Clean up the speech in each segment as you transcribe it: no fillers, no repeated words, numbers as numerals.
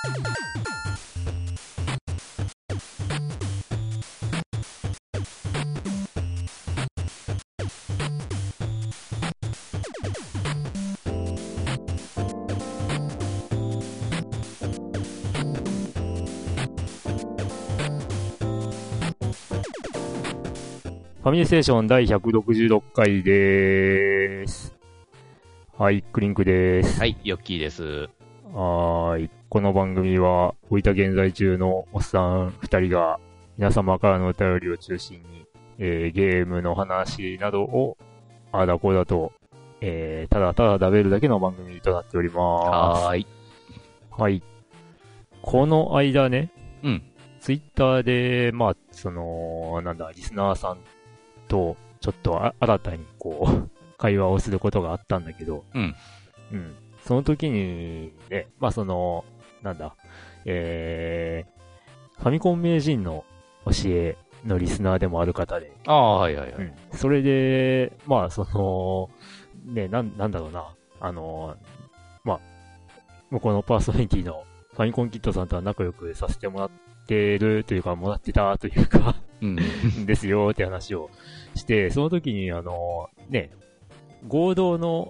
ファミリーステーション第166回でーす。はい、クリンクでーす。 はい、ヨッキーです。 はい。この番組は、大分現在中のおっさん2人が、皆様からのお便りを中心に、ゲームの話などを、あーだこうだと、ただただ食べるだけの番組となっております。 はーい。 はい。この間ね、 うん。 ツイッターで、まあ、リスナーさんと、ちょっと新たにこう、会話をすることがあったんだけど、 うん。 うん。その時に、ね、まあファミコン名人の教えのリスナーでもある方で、 ああ、はいはいはい。 うん。それで、まあね、なんだろうな、まあ、向こうのパーソナリティのファミコンキットさんとは仲良くさせてもらってるというか、もらってたというかうん、 ですよって話をして、その時にね、合同の、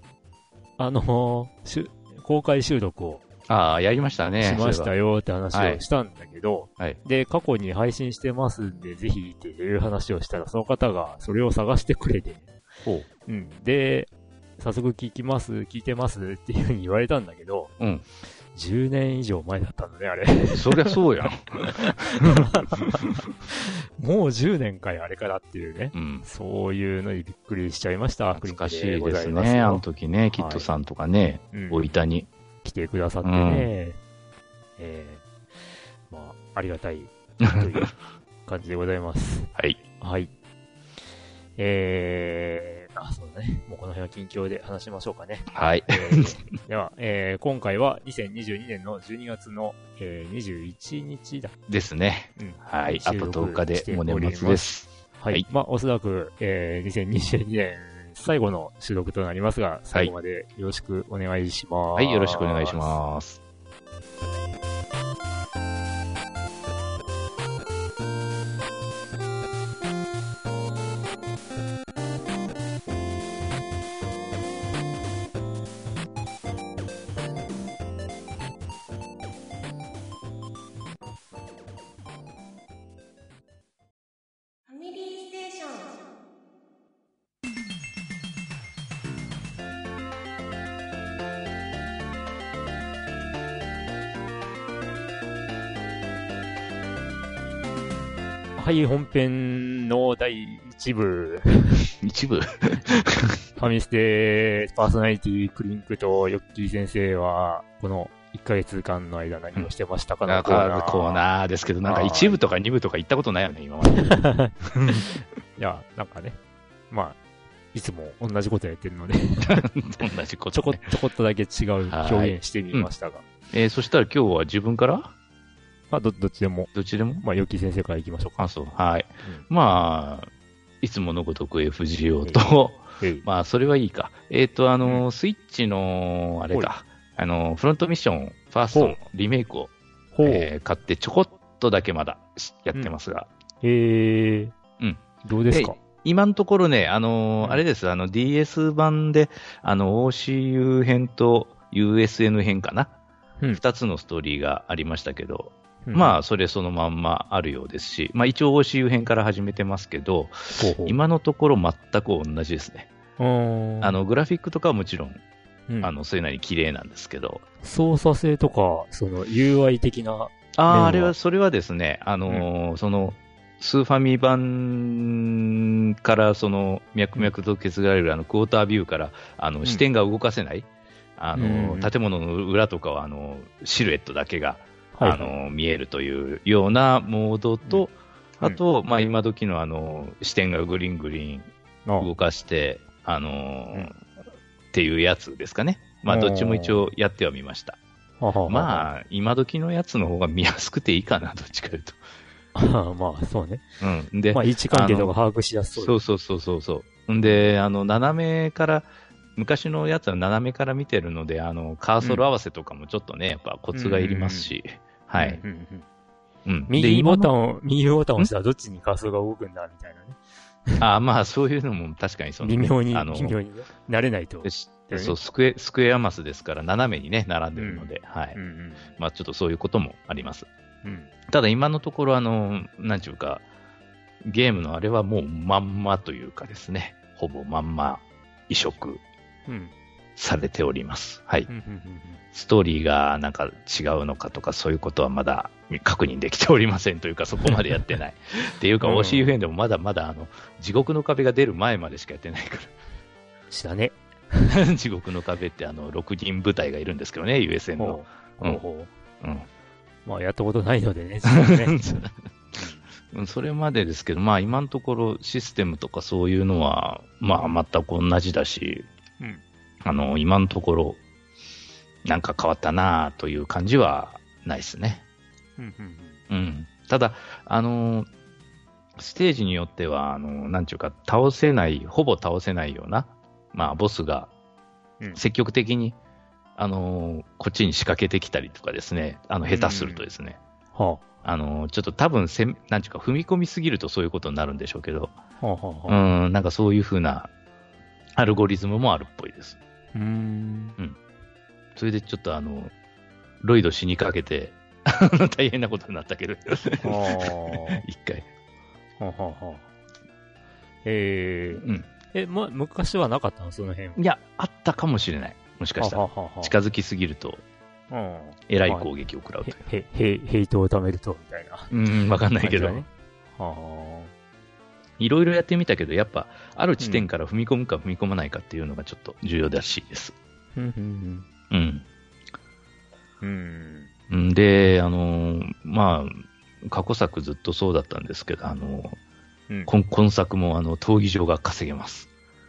公開収録をああ、やりましたね。 しましたよって話をしたんだけど、 はい。 で、過去に配信してますんで、ぜひっていう話をしたら、その方がそれを探してくれて、うん。で、早速聞いてますっていう風に言われたんだけど、 うん。 10年以上前だったのね、あれ。 そりゃそうやん。 もう10年かい、あれからっていうね。 うん。 そういうのにびっくりしちゃいました。 懐かしいですね。あの時ね、キットさんとかね、大分に来てくださってね。まあ、ありがたいという感じでございます。 はい。 はい。そうだね。もうこの辺は近況で話しましょうかね。 はい。 では、今回は2022年の12月の、21日だ。 ですね。うん。はい。あと10日でもう年末です。 はい。まあ、おそらく、2022年最後の収録となりますが、最後までよろしくお願いします。 はい、よろしくお願いします。 はい、本編の第1部。 一部ファミステパーソナリティクリンクとヨッキー先生は、この1ヶ月間の間何をしてましたかな、 コーナーですけど、なんか1部とか2部とか行ったことないよね、今まで。いや、なんかね、まあ、いつも同じことやってるので同じこと、 ね、ちょこっとだけ違う表現してみましたが。 そしたら今日は自分からまあ、どっちでも。 どっちでもまあ、ヨッキー先生から行きましょうか。 あ、そう。はい。まあ、いつものごとく FGO と、まあ、それはいいか。スイッチの、あれだ、フロントミッション、ファーストのリメイクを、買ってちょこっとだけまだやってますが。 うん。どうですか？ 今のところね、あれです、DS 版で、OCU 編と USN 編かな。二つのストーリーがありましたけど、まあ、それそのまんまあるようですし、まあ一応 OCU 編から始めてますけど、今のところ全く同じですね。グラフィックとかはもちろん、そういうのに綺麗なんですけど。 操作性とか、その UI 的な。 それはですね、その、スーファミ版から、その、脈々と受け継がれる、クォータービューから、視点が動かせない、建物の裏とかは、シルエットだけが、見えるというようなモードと、あと、まあ、今時の視点がグリーン動かして、っていうやつですかね。まあ、どっちも一応やってはみました。まあ、今時のやつの方が見やすくていいかな、どっちかというと。 まあ、そうね。 で、 まあ、位置関係とか把握しやすそう。 そう。んで、斜めから昔のやつは斜めから見てるので、カーソル合わせとかもちょっとね、やっぱコツがいりますし、はい。 右ボタンを押したらどっちにカーソルが動くんだみたいなね。 まあそういうのも確かに微妙に慣れないと。 そう、スクエアマスですから斜めにね、並んでるので、はい。まあちょっとそういうこともあります。ただ今のところなんちゅうか、ゲームのあれはもうまんまというかですね、ほぼまんま移植されております。はい。ストーリーがなんか違うのかとかそういうことはまだ確認できておりませんというか、そこまでやってない。っていうか、OCFN でもまだまだ地獄の壁が出る前までしかやってないから。 知らね。 地獄の壁って6人部隊がいるんですけどね、USN の。 まあやったことないのでね。 それまでですけど、まあ今のところシステムとかそういうのは、まあ全く同じだし、今のところ、なんか変わったなという感じはないですね。ただ、ステージによっては、なんちゅうか、ほぼ倒せないような、まあボスが積極的に、こっちに仕掛けてきたりとかですね、下手するとですね、ちょっと多分なんちゅうか、踏み込みすぎるとそういうことになるんでしょうけど、なんかそういう風なアルゴリズムもあるっぽいです。それでちょっとロイド死にかけて、大変なことになったけど、一回。 昔はなかったのその辺。 いや、あったかもしれない。もしかしたら。近づきすぎると、えらい攻撃を食らうという。 ヘイトを貯めると、みたいな。 わかんないけど。いろいろやってみたけど、やっぱ、ある地点から踏み込むか踏み込まないかっていうのがちょっと重要らしいです。で、まあ、過去作ずっとそうだったんですけど、今作も闘技場が稼げます。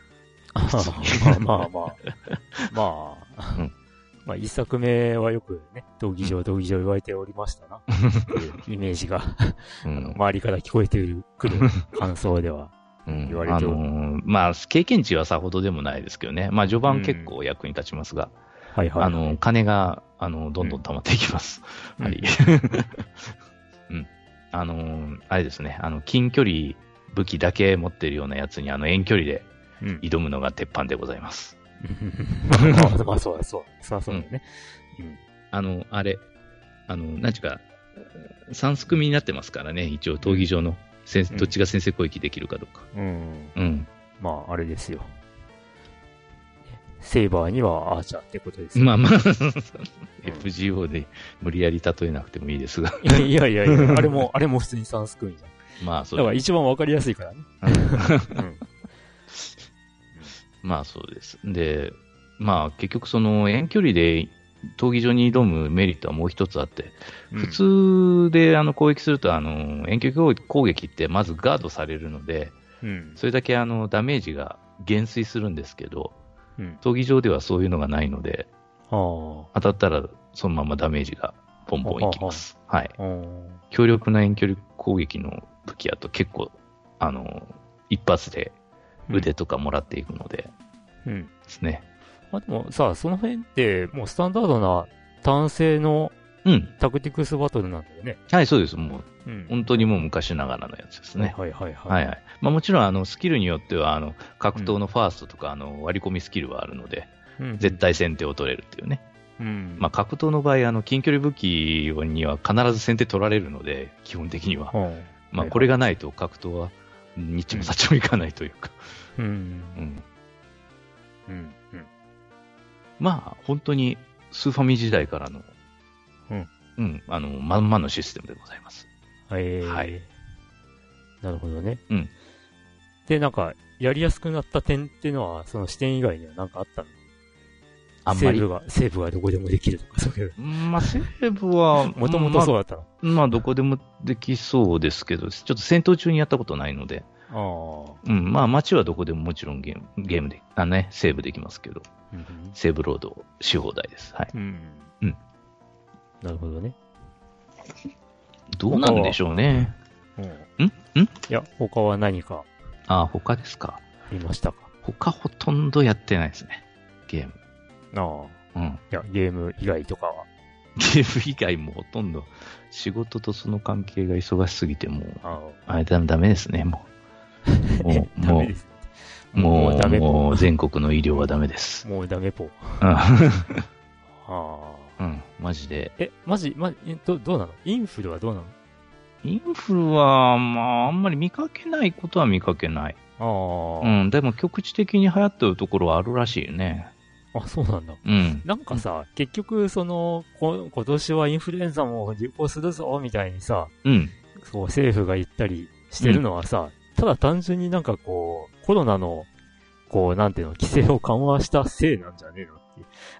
まあ、一作目はよくね、闘技場言われておりましたな。イメージが、周りから聞こえてくる感想では言われてまあ、経験値はさほどでもないですけどね。まあ、序盤結構役に立ちますが、金が、どんどん溜まっていきます。はい。あれですね、近距離武器だけ持ってるようなやつに、遠距離で挑むのが鉄板でございます。 まあ、そうだね。 あれ、なんちゅうか、3すくみになってますからね、一応、闘技場の、どっちが先制攻撃できるかどうか。 まあ、あれですよ。セイバーにはアーチャーってことですね。 まあ、FGO で無理やり例えなくてもいいですが。 いや、あれも普通に3すくみじゃん。 まあ、そうだから一番わかりやすいからね。 まあそうです。で、まあ結局その遠距離で闘技場に挑むメリットはもう一つあって、普通で攻撃すると遠距離攻撃ってまずガードされるので、それだけダメージが減衰するんですけど、闘技場ではそういうのがないので、当たったらそのままダメージがポンポンいきます。はい。強力な遠距離攻撃の武器だと結構一発で腕とかもらっていくので、ですね。 でもさ、その辺って、もうスタンダードな単性のタクティクスバトルなんだよね。 はい、そうです。もう、本当にもう昔ながらのやつですね。まあもちろん、スキルによっては、格闘のファーストとか、割り込みスキルはあるので、絶対先手を取れるっていうね。まあ格闘の場合、近距離武器には必ず先手取られるので、基本的には。まあこれがないと格闘は、にっちもさっちもいかないというか。まあ、本当に、スーファミ時代からの、まんまのシステムでございます。 はい。なるほどね。で、なんか、やりやすくなった点っていうのは、その視点以外には何かあったの？ あんまり。 セーブがどこでもできるとか、そういう。 まあ、セーブは、 もともとそうだったの？ まあ、どこでもできそうですけど、ちょっと戦闘中にやったことないので。まあ、街はどこでももちろんゲームで、セーブできますけど、セーブロードし放題です。はい。 なるほどね。 どうなんでしょうね。 いや、他は何か。 他ですか。 ありましたか。 他ほとんどやってないですね。 ゲーム。 ああ。 うん。 いや、ゲーム以外とかは。 ゲーム以外もほとんど仕事とその関係が忙しすぎて、もう、ダメですね、もう。 ダメです。 もダメポ。 もう全国の医療はダメです。 もうダメポ。 うん、マジで。 どうなの？インフルはどうなの？ インフルは、まあ、あんまり見かけないことは見かけない。うん、でも局地的に流行ってるところはあるらしいよね。 あ、そうなんだ。 うん。 なんかさ、結局、今年はインフルエンザも流行するぞ、みたいにさ、 うん。 そう、政府が言ったりしてるのはさ、ただ単純になんかコロナの、なんていうの、規制を緩和したせいなんじゃねえのっていう。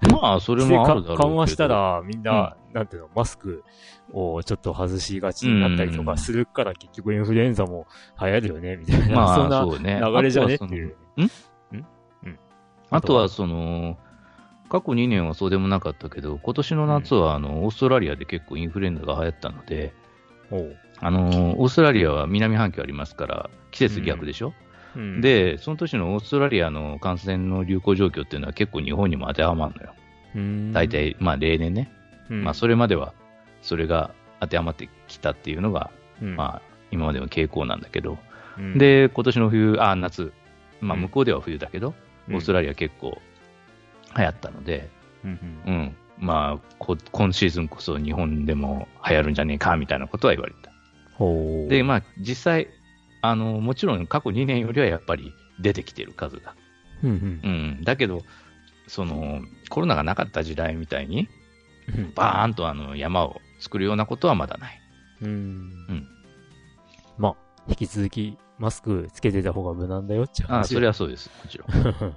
まあ、それもあるだろうけど。 緩和したら、みんな、なんていうの、マスクをちょっと外しがちになったりとかするから、結局インフルエンザも流行るよね、みたいな。 まあ、 そんなそうね。 流れじゃねっていう。 あとは、過去2年はそうでもなかったけど、今年の夏は、オーストラリアで結構インフルエンザが流行ったので、オーストラリアは南半球ありますから、季節逆でしょ、で、その年のオーストラリアの感染の流行状況っていうのは結構日本にも当てはまるのよ。大体、まあ例年ね。まあそれまでは、それが当てはまってきたっていうのが、まあ今までの傾向なんだけど、で、今年の夏、まあ向こうでは冬だけど、オーストラリア結構流行ったので、まあ今シーズンこそ日本でも流行るんじゃねえかみたいなことは言われた。で、まあ実際、もちろん過去2年よりはやっぱり出てきてる数が。だけど、コロナがなかった時代みたいに、バーンと山を作るようなことはまだない。 まあ、引き続きマスクつけてた方が無難だよって話。 それはそうです。もちろん。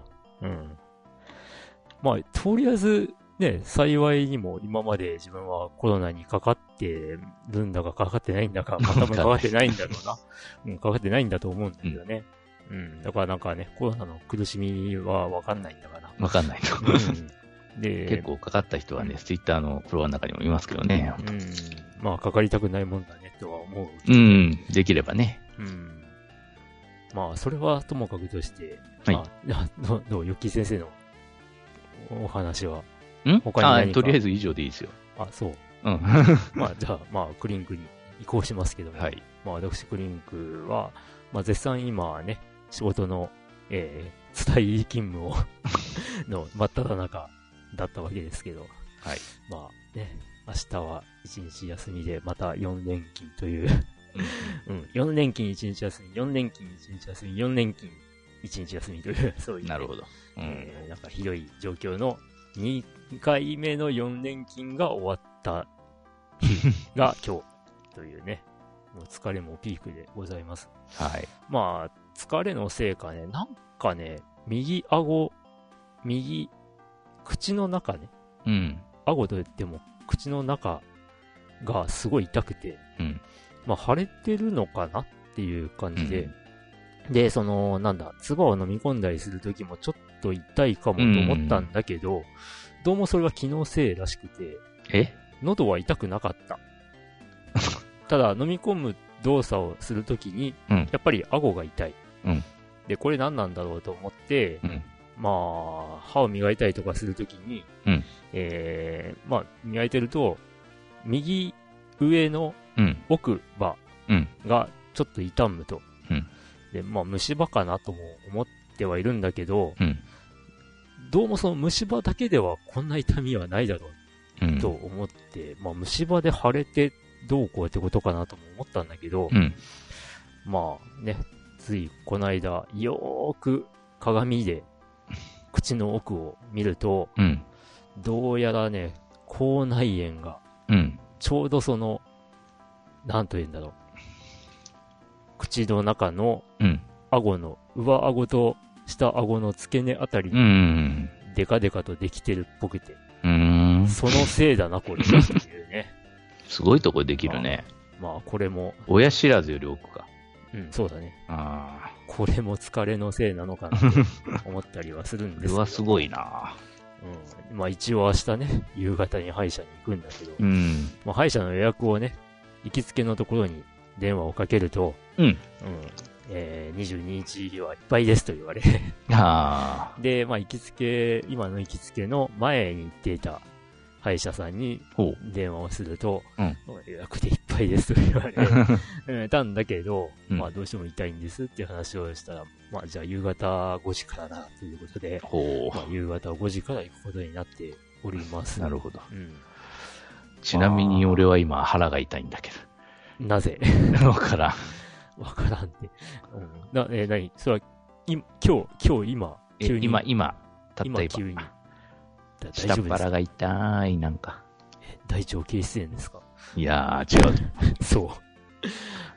まあ、とりあえず、ね、幸いにも今まで自分はコロナにかかってるんだかかかってないんだか、またもかかってないんだろうな。かかってないんだと思うんだけどね。だからなんかね、コロナの苦しみはわかんないんだから。 わかんないと。で、結構かかった人はね、ツイッターのフロアの中にもいますけどね。 まあ、かかりたくないもんだねとは思う。 できればね。 まあ、それはともかくとして、どう、ヨッキー先生のお話は他に何かとりあえず以上でいいですよ。 そう。まあ、じゃあ、まあ、クリンクに移行しますけども。まあ、私、クリンクは、まあ、絶賛今ね、仕事の、伝え勤務をの真っ只中だったわけですけど。まあ、ね、明日は1日休みで、また4連勤という4連勤1日休み、4連勤1日休み、4連勤1日休みという、そういう、 なるほど。 なんかひどい状況の2回目の4連勤が終わった日が今日というね、もう疲れもピークでございます。まあ、疲れのせいかね、なんかね、口の中ね、顎と言っても口の中がすごい痛くて、まあ、腫れてるのかなっていう感じで、で、唾を飲み込んだりするときもちょっと痛いかもと思ったんだけど、どうもそれが気のせいらしくて、喉は痛くなかった。ただ、飲み込む動作をするときに、やっぱり顎が痛い。で、これ何なんだろうと思って、まあ、歯を磨いたりとかするときに、まあ、磨いてると、右上の奥歯がちょっと痛むと。で、まあ、虫歯かなとも思ってはいるんだけど、どうもその虫歯だけではこんな痛みはないだろうと思って、まあ、虫歯で腫れてどうこうってことかなとも思ったんだけど、まあね、ついこの間、よーく鏡で口の奥を見ると、どうやらね、口内炎が、ちょうどなんと言うんだろう。口の中の、顎の、上顎と下顎の付け根あたりに、デカデカとできてるっぽくて、そのせいだな、これ。っていうね。 すごいとこできるね。 まあ、これも。 親知らずより奥か。 そうだね。これも疲れのせいなのかなと思ったりはするんですけど。 うわ、すごいな。 まあ一応明日ね、夕方に歯医者に行くんだけど、まあ歯医者の予約をね、行きつけのところに電話をかけると、 22日はいっぱいですと言われ。 あで、まあ、今の行きつけの前に行っていた歯医者さんにほう。 電話をすると、 うん予約でいっぱいですと言われ、たんだけど、 うんまあ、どうしても痛いんですっていう話をしたら、まあ、じゃあ夕方5時からだということで、 ほまあ、夕方5時から行くことになっております。 う。なるほど。 うん。 ちなみに俺は今腹が痛いんだけなぜど。わからん。 わからんって。何それは、今日、急に。 今、たった今。 急に。大下っ丈夫ですか？ 腹が痛い、なんか。 大腸憩室炎ですか？ いやー、違う。 そう。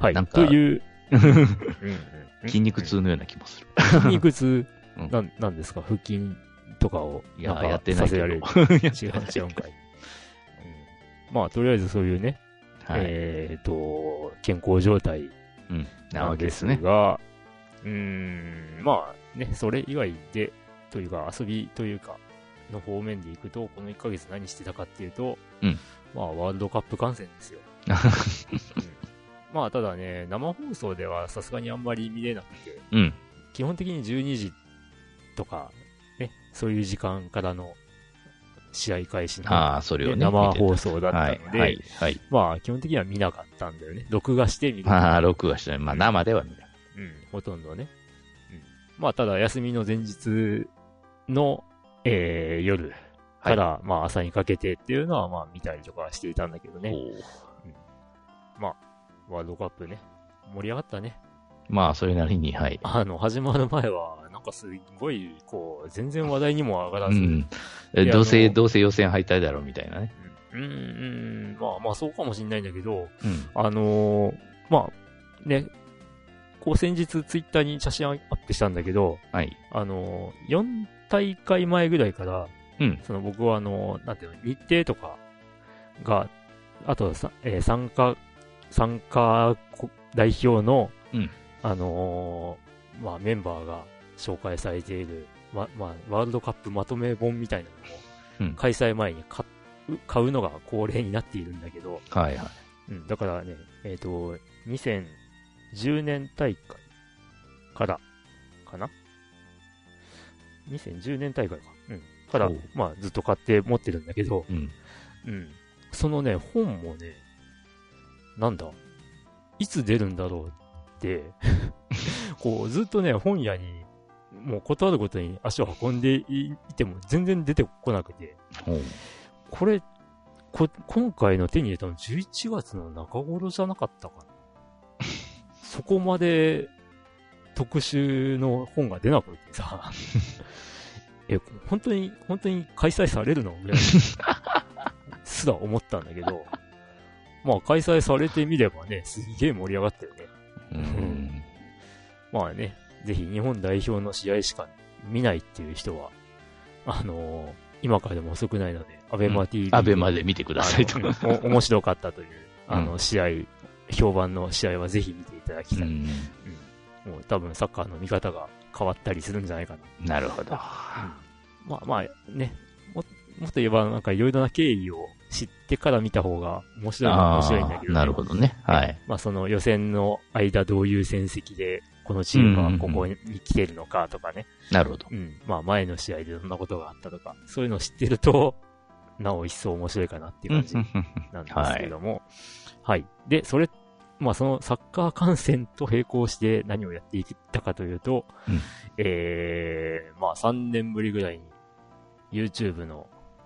はい。 なんかという、 筋肉痛のような気もする。 筋肉痛うんなんですか？腹筋とかをいやなんかやってないけどさせられる。違うんかい。まあ、とりあえずそういうね、 はい。 健康状態ななんでわけですね。 すが、まあね、それ以外で、というか遊びというか、の方面でいくと、この1ヶ月何してたかっていうと、まあ、ワールドカップ観戦ですよ。まあ、ただね、生放送ではさすがにあんまり見れなくて、基本的に12時とか、ね、そういう時間からの試合開始の、 それをね。 生放送だったので、 はい。 まあ、基本的には見なかったんだよね。録画して見る。 録画してない。まあ、生では見ない。 ほとんどね。まあ、ただ、休みの前日の、夜から、まあ、朝にかけてっていうのは、まあ、見たりとかしていたんだけどね。まあ、ワールドカップね、盛り上がったね。 まあ、それなりに、はい。 始まる前は、なんかすごい、こう、全然話題にも上がらず。 どうせ予選敗退だろうみたいなね。 まあそうかもしんないんだけど、まあ、ね、こう先日ツイッターに写真アップしたんだけど、4大会前ぐらいから、その僕はなんていうの、日程とかが、あと参加代表の、まあメンバーが紹介されている、まあ、ワールドカップまとめ本みたいなのを、開催前に買うのが恒例になっているんだけど、だからね、2010年大会からかな ?2010 年大会か。から、まあずっと買って持ってるんだけど、そのね、本もね、なんだ、いつ出るんだろうって、こうずっとね、本屋に、もう断るごとに足を運んでいても全然出てこなくて、これ、今回の手に入れたの11月の中頃じゃなかったかな。そこまで特集の本が出なくてさ、本当に開催されるのぐらいすら思ったんだけど、まあ開催されてみればね、すげえ盛り上がったよね。まあね、ぜひ日本代表の試合しか見ないっていう人は、今からでも遅くないので、アベマ TV、 アベマで見てくださいと。 面白かったという、試合、評判の試合はぜひ見ていただきたい。もう多分サッカーの見方が変わったりするんじゃないかな。 なるほど。 まあね、もっと言えばなんかいろいろな経緯を知ってから見た方が面白いんだけど、 なるほどね。はい。 まあその予選の間どういう戦績でこのチームはここに来てるのかとかね。 なるほど。 まあ前の試合でどんなことがあったとか、そういうのを知ってると、なお一層面白いかなっていう感じなんですけども。はい。で、まあそのサッカー観戦と並行して何をやっていったかというと、まあ3年ぶりぐらいに YouTube の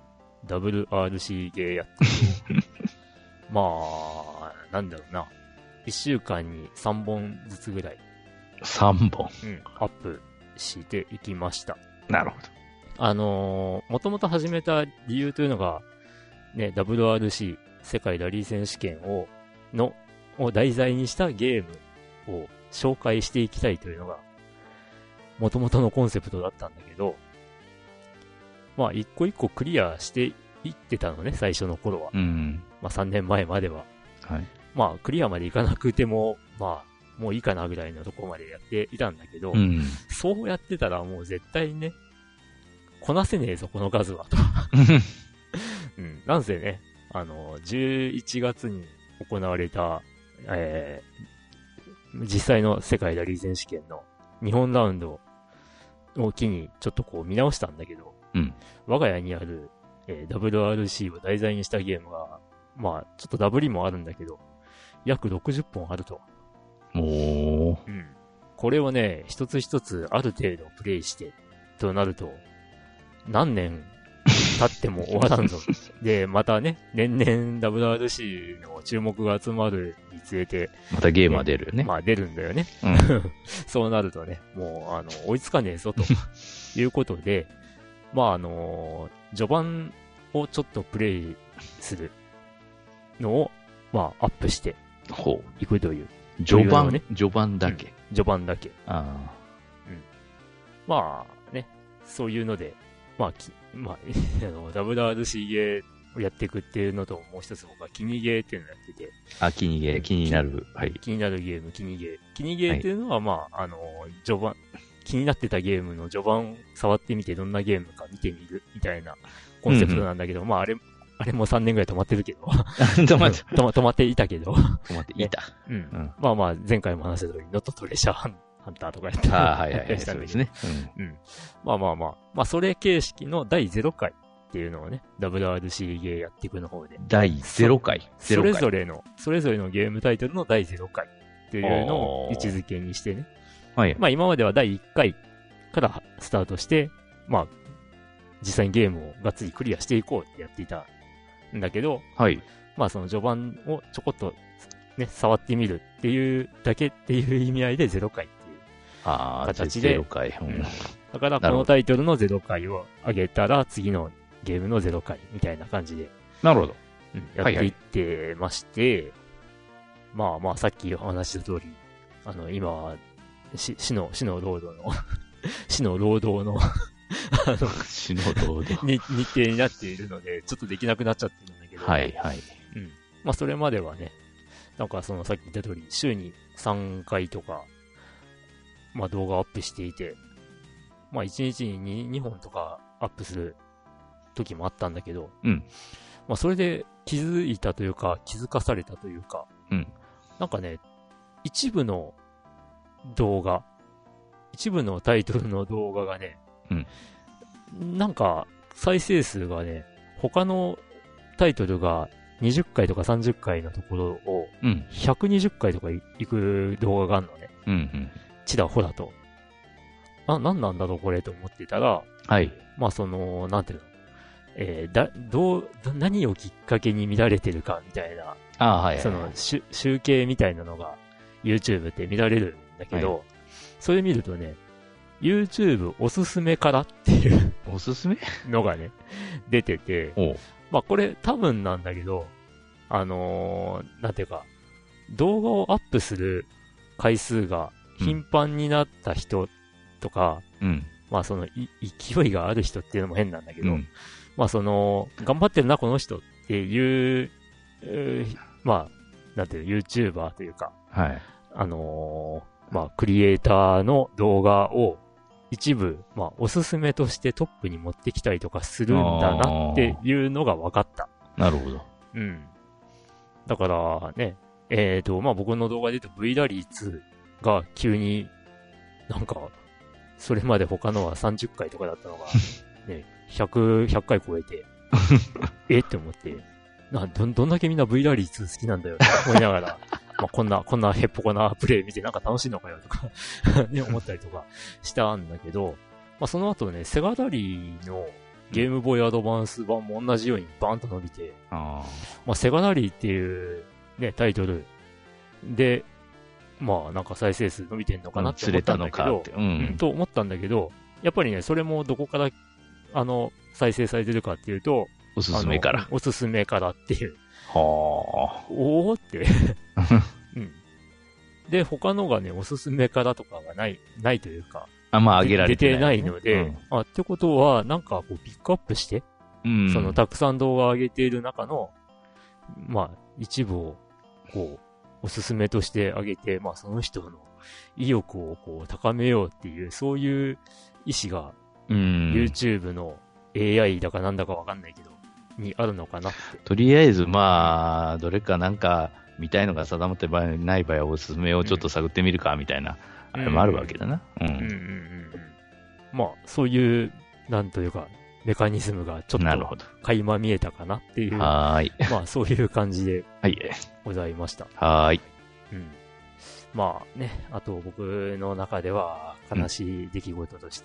WRC ゲーやってまあ、なんだろうな。1週間に3本ずつぐらい。 3本。 アップしていきました。 なるほど。もともと始めた理由というのが、ね、WRC 世界ラリー選手権を題材にしたゲームを紹介していきたいというのが、もともとのコンセプトだったんだけど、まあ一個一個クリアしていってたのね、最初の頃は。まあ3年前までは。まあクリアまでいかなくても、まあもういいかなぐらいのところまでやっていたんだけど、そうやってたらもう絶対にね、こなせねえぞ、この数は、と。なんせね、 実際の世界ラリー選手権の日本ラウンドを機にちょっとこう見直したんだけど、我が家にある、WRC を題材にしたゲームが、まあ、ちょっとダブりもあるんだけど、約60本あると。これをね、一つ一つある程度プレイして、となると、何年経っても終わらんぞ。で、またね、年々 WRC の注目が集まるにつれて、 またゲームは出るよね。 まあ出るんだよね。そうなるとね、もう、追いつかねえぞ、ということで、まあ序盤をちょっとプレイするのを、まあアップしていくという。 序盤だけ。 序盤だけ。 まあね、そういうので、WRC ゲーをやっていくっていうのと、もう一つ僕はキニゲーっていうのをやってて。 キニゲー、気になる。はい。 気になるゲーム、キニゲー。キニゲーっていうのは、まあ、序盤、気になってたゲームの序盤触ってみてどんなゲームか見てみるみたいなコンセプトなんだけど、まああれも3年ぐらい止まってるけど。止まっていたけど。 止まっていた。 まあまあ前回も話した通り、ノットトレシャーハンターとかやってそうですね。 まあそれ形式の第0回っていうのをね、WRC ゲーやっていくの方で。 第0回。 それぞれのゲームタイトルの第0回っていうのを位置づけにしてね。まあ今までは第1回からスタートして、まあ実際にゲームをがっつりクリアしていこうってやっていたんだけど、まあその序盤をちょこっとね、触ってみるっていうだけっていう意味合いで0回っていう形で。 0回。 だからこのタイトルの0回を上げたら次のゲームの0回みたいな感じで。 なるほど。 やっていってまして、まあさっきお話した通り、今は、死の労働の死の労働の死の労働日程になっているので、ちょっとできなくなっちゃってるんだけど。まあそれまではね、なんかさっき言った通り、週に3回とか、まあ動画をアップしていて、まあ1日に 2本とかアップする時もあったんだけど、まあそれで気づいたというか、気づかされたというか、なんかね、一部のタイトルの動画がね、なんか再生数がね、他のタイトルが20回とか30回のところを、120回とか行く動画があるのね。ちらほらと。なんなんだろうこれと思ってたら、まあなんていうの、何をきっかけに見られてるかみたいな、集計みたいなのが YouTube って見られるんだけど、それ見るとね、YouTube おすすめからっていうおすすめのがね、出てて、まあこれ多分なんだけど、なんていうか、動画をアップする回数が頻繁になった人とか、まあ勢いがある人っていうのも変なんだけど、まあ頑張ってるなこの人っていう、まあ、なんていう、YouTuber というか、まあクリエイターの動画を一部、まあおすすめとしてトップに持ってきたりとかするんだなっていうのが分かった。 なるほど。 だからね、まあ僕の動画で言うと V ラリー2が急になんか、それまで他のは30回とかだったのが、ね、100回超えて、って思って、どんだけみんな V ラリー2好きなんだよって思いながら、まあこんなヘッポコなプレイ見てなんか楽しいのかよとかね、思ったりとかしたんだけど、まあその後ね、セガラリーのゲームボーイアドバンス版も同じようにバーンと伸びて、まあセガラリーっていうね、タイトルで、まあなんか再生数伸びてんのかなって思ったんだけど、と思ったんだけど、やっぱりね、それもどこから再生されてるかっていうと、 おすすめから。 おすすめからっていう。おーってで、他のがね、おすすめからとかがないというか、 まあ上げられて出てないので、ってことは、なんかこうピックアップして、たくさん動画を上げている中の、まあ、一部を、こう、おすすめとして上げて、まあその人の意欲をこう高めようっていう、そういう意思が、YouTube の AI だかわかんないけど、にあるのかなって。 とりあえずまあ、どれかなんか、 見たいのが定まってない場合はおすすめをちょっと探ってみるかみたいな、あれもあるわけだな。 まあ、そういう、なんというか、メカニズムがちょっと垣間見えたかなっていう、まあそういう感じでございました。まあね、あと僕の中では悲しい出来事として、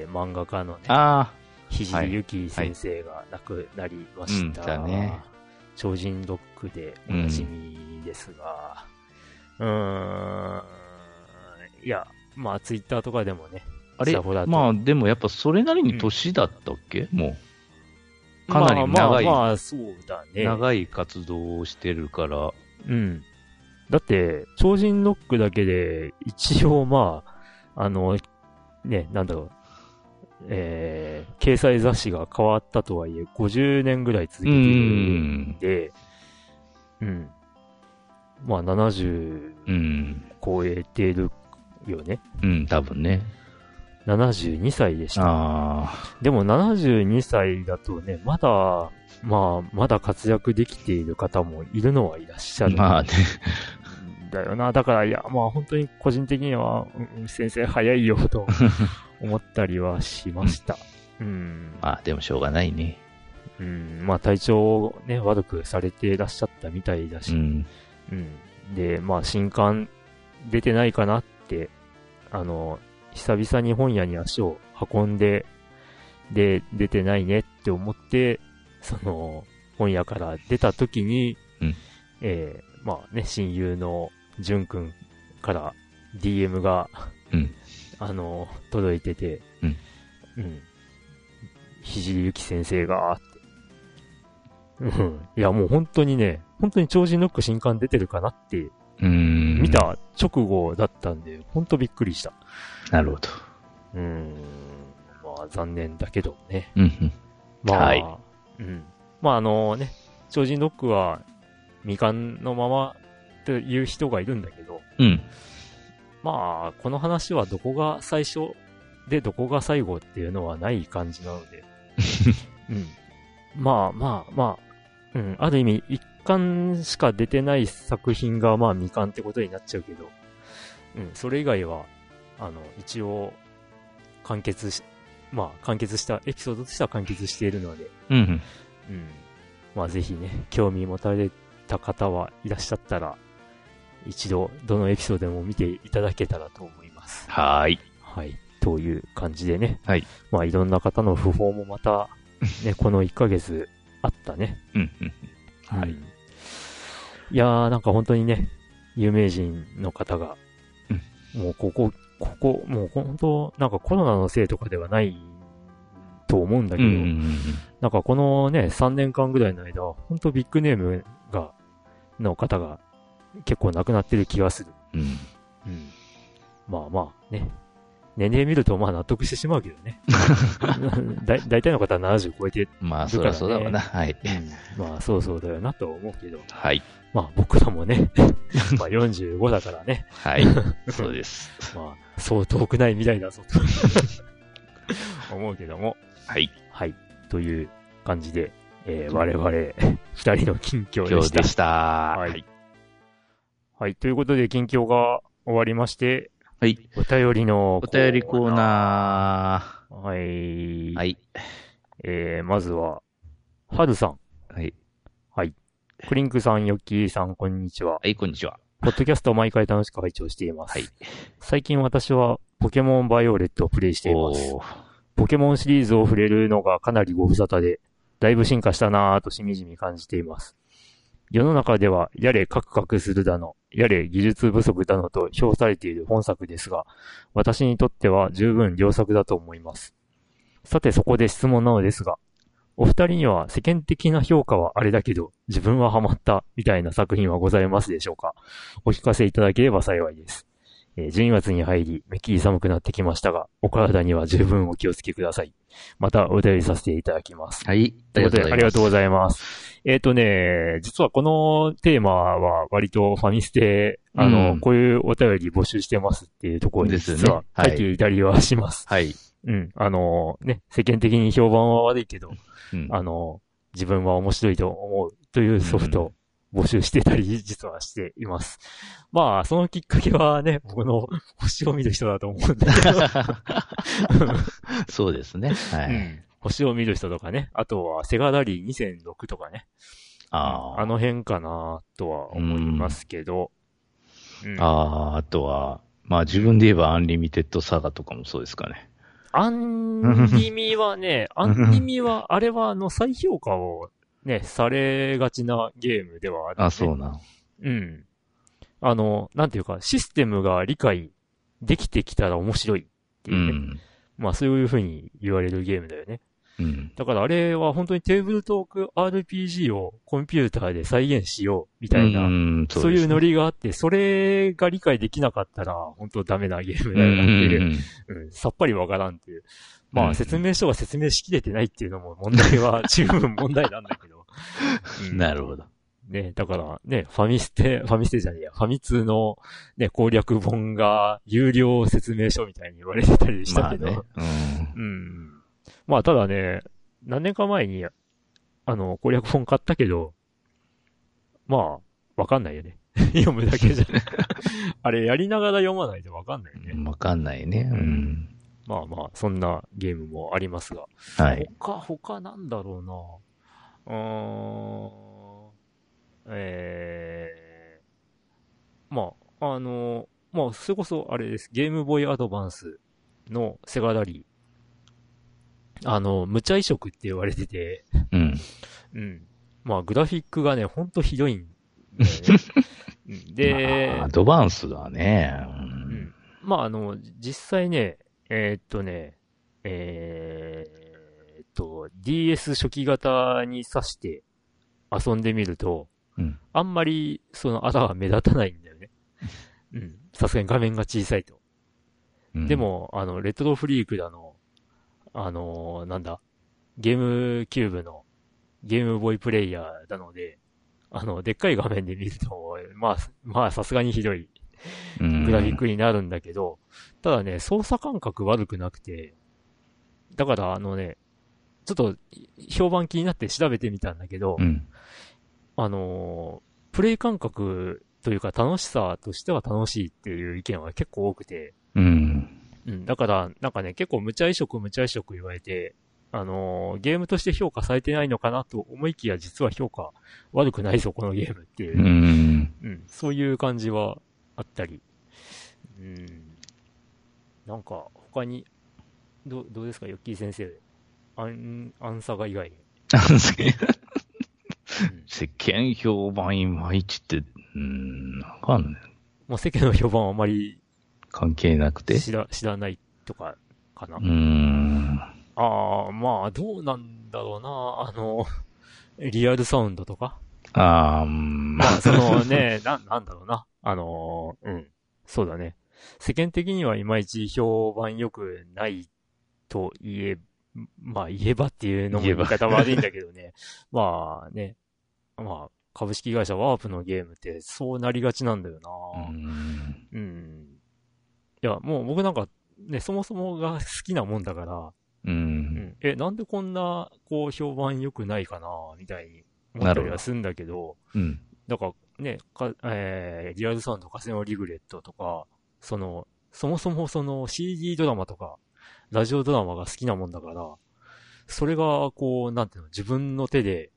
漫画家のね、ひじりゆき先生が亡くなりました。超人ロックでおなじみですが、いや、まあツイッターとかでもね、 まあでもやっぱそれなりに年だったっけ、もう。かなり長い。 まあそうだね。 長い活動をしてるから。 だって、超人ロックだけで、一応まあ、ね、なんだろう、掲載雑誌が変わったとはいえ、50年ぐらい続けているんで、まあ70超えてるよね。 多分ね。 72歳でした。でも72歳だとね、まだ活躍できている方もいるのはいらっしゃる。 まあね。 だよな。だから、いや、まあ本当に個人的には、先生早いよと思ったりはしました。 まあでもしょうがないね。 まあ体調をね、悪くされていらっしゃったみたいだし。で、まあ新刊出てないかなって、久々に本屋に足を運んで、で、出てないねって思って、本屋から出た時に、まあね、親友の淳くんから DM が、届いてて、ひじりゆき先生が、って。いや、もう本当に超人ロック新刊出てるかなって、見た直後だったんで、本当びっくりした。 なるほど。 まあ残念だけどね。 まあ、まあね、超人ロックは未完のままという人がいるんだけど、まあ、この話はどこが最初でどこが最後っていうのはない感じなので、まあ、ある意味一巻しか出てない作品がまあ未完ってことになっちゃうけど、それ以外は、一応、完結した、エピソードとしては完結しているので、まあぜひね、興味持たれた方はいらっしゃったら、一度、どのエピソードでも見ていただけたらと思います。 はい。 という感じでね。まあいろんな方の訃報もまた、ね、この1ヶ月あったね。いやー、なんか本当にね、有名人の方が、もうもう本当、なんかコロナのせいとかではないと思うんだけど、なんかこのね、3年間ぐらいの間、本当ビッグネームの方が結構亡くなってる気がする。まあまあね、年齢見るとまあ納得してしまうけどね。大体の方は70超えてるからね。 まあそりゃそうだわな。 まあそうだよなと思うけど。 まあ僕らもね、まあ45だからね。 そうです。 まあそう遠くない未来だぞと思うけども。という感じで、我々二人の近況でした。ということで近況が終わりまして、お便りのお便りコーナー。まずは、はるさん。クリンクさん、ヨッキーさん、こんにちは。 こんにちは。 ポッドキャストを毎回楽しく拝聴しています。最近私はポケモンバイオレットをプレイしています。ポケモンシリーズを触れるのがかなりご無沙汰で、だいぶ進化したなぁとしみじみ感じています。世の中では、やれカクカクするだの、やれ技術不足だのと評されている本作ですが、私にとっては十分良作だと思います。さてそこで質問なのですが、お二人には世間的な評価はあれだけど、自分はハマったみたいな作品はございますでしょうか？お聞かせいただければ幸いです。12月に入り、めっきり寒くなってきましたが、お体には十分お気をつけください。またお便りさせていただきます。 ということで、ありがとうございます。実はこのテーマは割とファミステ、こういうお便り募集してますっていうところに実は書いていたりはします。ね、世間的に評判は悪いけど、自分は面白いと思うというソフト募集してたり、実はしています。まあ、そのきっかけはね、僕の星を見る人だと思うんだけど。 そうですね。はい。 うん。星を見る人とかね。あとは、セガラリー2006とかね。あの辺かなとは思いますけど。 あとは、まあ自分で言えばアンリミテッドサガとかもそうですかね。 アンリミはね、あれは再評価をね、されがちなゲームではある、ね。 あ、そうな。 うん。なんていうか、システムが理解できてきたら面白いっていうね。まあそういう風に言われるゲームだよね。だからあれは本当にテーブルトーク RPG をコンピューターで再現しようみたいな、そういうノリがあって、それが理解できなかったら本当ダメなゲームだよなっていう、さっぱりわからんっていう。まあ説明書が説明しきれてないっていうのも問題は十分問題なんだけど。 なるほど。 ね、だからね、ファミステじゃねえや、ファミ通のね、攻略本が有料説明書みたいに言われてたりしたけど。まあ、ただね、何年か前に、攻略本買ったけど、まあ、わかんないよね。読むだけじゃ。あれ、やりながら読まないとわかんないよね。 わかんないね。 まあまあ、そんなゲームもありますが。 はい。 他なんだろうな。まあ、まあ、それこそ、あれです。ゲームボーイアドバンスのセガラリー。無茶移植って言われてて、まあ、グラフィックがね、ほんとひどいんだよね。で、 アドバンスだね。 まあ、実際ね、DS 初期型に挿して遊んでみると、あんまりそのあらは目立たないんだよね。さすがに画面が小さいと。でも、レトロフリークだの、なんだ、ゲームキューブのゲームボーイプレイヤーなので、でっかい画面で見ると、まあ、さすがにひどいグラフィックになるんだけど、ただね、操作感覚悪くなくて、だからちょっと評判気になって調べてみたんだけど、プレイ感覚というか楽しさとしては楽しいっていう意見は結構多くて、だから、なんかね、結構無茶移植言われて、ゲームとして評価されてないのかなと思いきや、実は評価悪くないぞ、このゲームっていう。そういう感じはあったり。なんか、他に、どうですか、ヨッキー先生。アンサガ以外に。 世間評判いまいちって、わかんない。 まあ、世間の評判はあまり、 関係なくて知らないとか、かな。まあ、どうなんだろうな。リアルサウンドとか。まあ、そのね、なんだろうな。そうだね。世間的にはいまいち評判良くないと言えばっていうのも言い方悪いんだけどね。まあね。まあ、株式会社ワープのゲームってそうなりがちなんだよな。いや、もう僕なんかね、そもそもが好きなもんだから、なんでこんな、こう、評判良くないかな、みたいに思ったりはするんだけど、だからね、リアルサウンドカセノリグレットとか、そもそもその CD ドラマとか、ラジオドラマが好きなもんだから、それが、こう、なんていうの、自分の手で、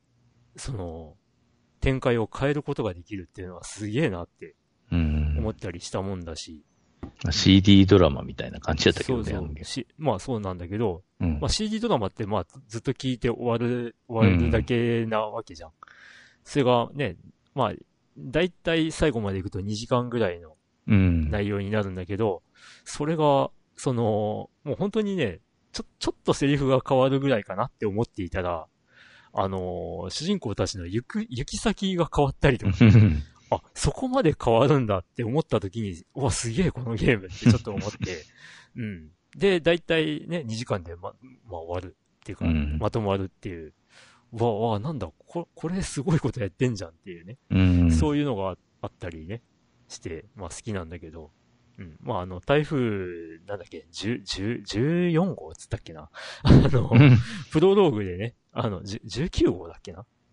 展開を変えることができるっていうのはすげえなって思ったりしたもんだし。 CD ドラマみたいな感じだったけどね。 まあそうなんだけど、まあ CD ドラマってまあずっと聞いて終わるだけなわけじゃん。それがね、まあ、だいたい最後まで行くと2時間ぐらいの内容になるんだけど、それが、もう本当にね、ちょっとセリフが変わるぐらいかなって思っていたら、主人公たちの行き先が変わったりとか、あ、そこまで変わるんだって思った時に、うわ、すげえこのゲームってちょっと思って、で、だいたいね、2時間で終わるっていうか、まとまるっていう、なんだ、これすごいことやってんじゃんっていうね、そういうのがあったりね、して、まあ好きなんだけど、まあ台風、なんだっけ、14号つったっけなプロローグでね、19号だっけな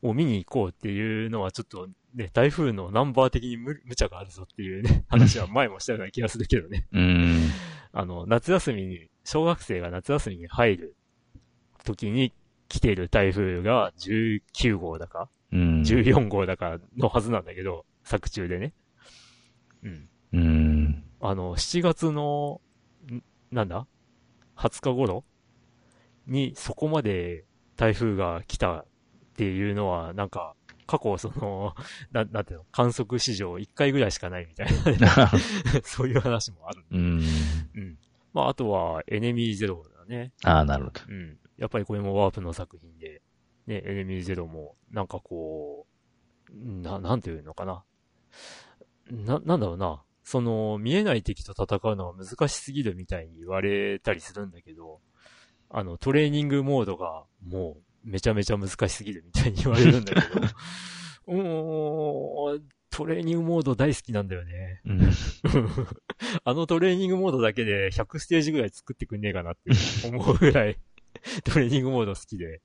を見に行こうっていうのはちょっとね、台風のナンバー的に無茶があるぞっていうね、話は前もしたような気がするけどね。夏休みに、小学生が夏休みに入る時に来ている台風が19号だか、14号だかのはずなんだけど、作中でね。7月の、なんだ ?20 日頃にそこまで台風が来たっていうのは、なんか、過去なんていうの、観測史上1回ぐらいしかないみたいな、そういう話もある。まあ、あとは、エネミーゼロだね。 なるほど。 やっぱりこれもワープの作品で、ね、エネミーゼロも、なんかこう、なんていうのかな。なんだろうな。見えない敵と戦うのは難しすぎるみたいに言われたりするんだけど、トレーニングモードがもうめちゃめちゃ難しすぎるみたいに言われるんだけど、トレーニングモード大好きなんだよね。トレーニングモードだけで100ステージぐらい作ってくんねえかなって思うぐらい、トレーニングモード好きで。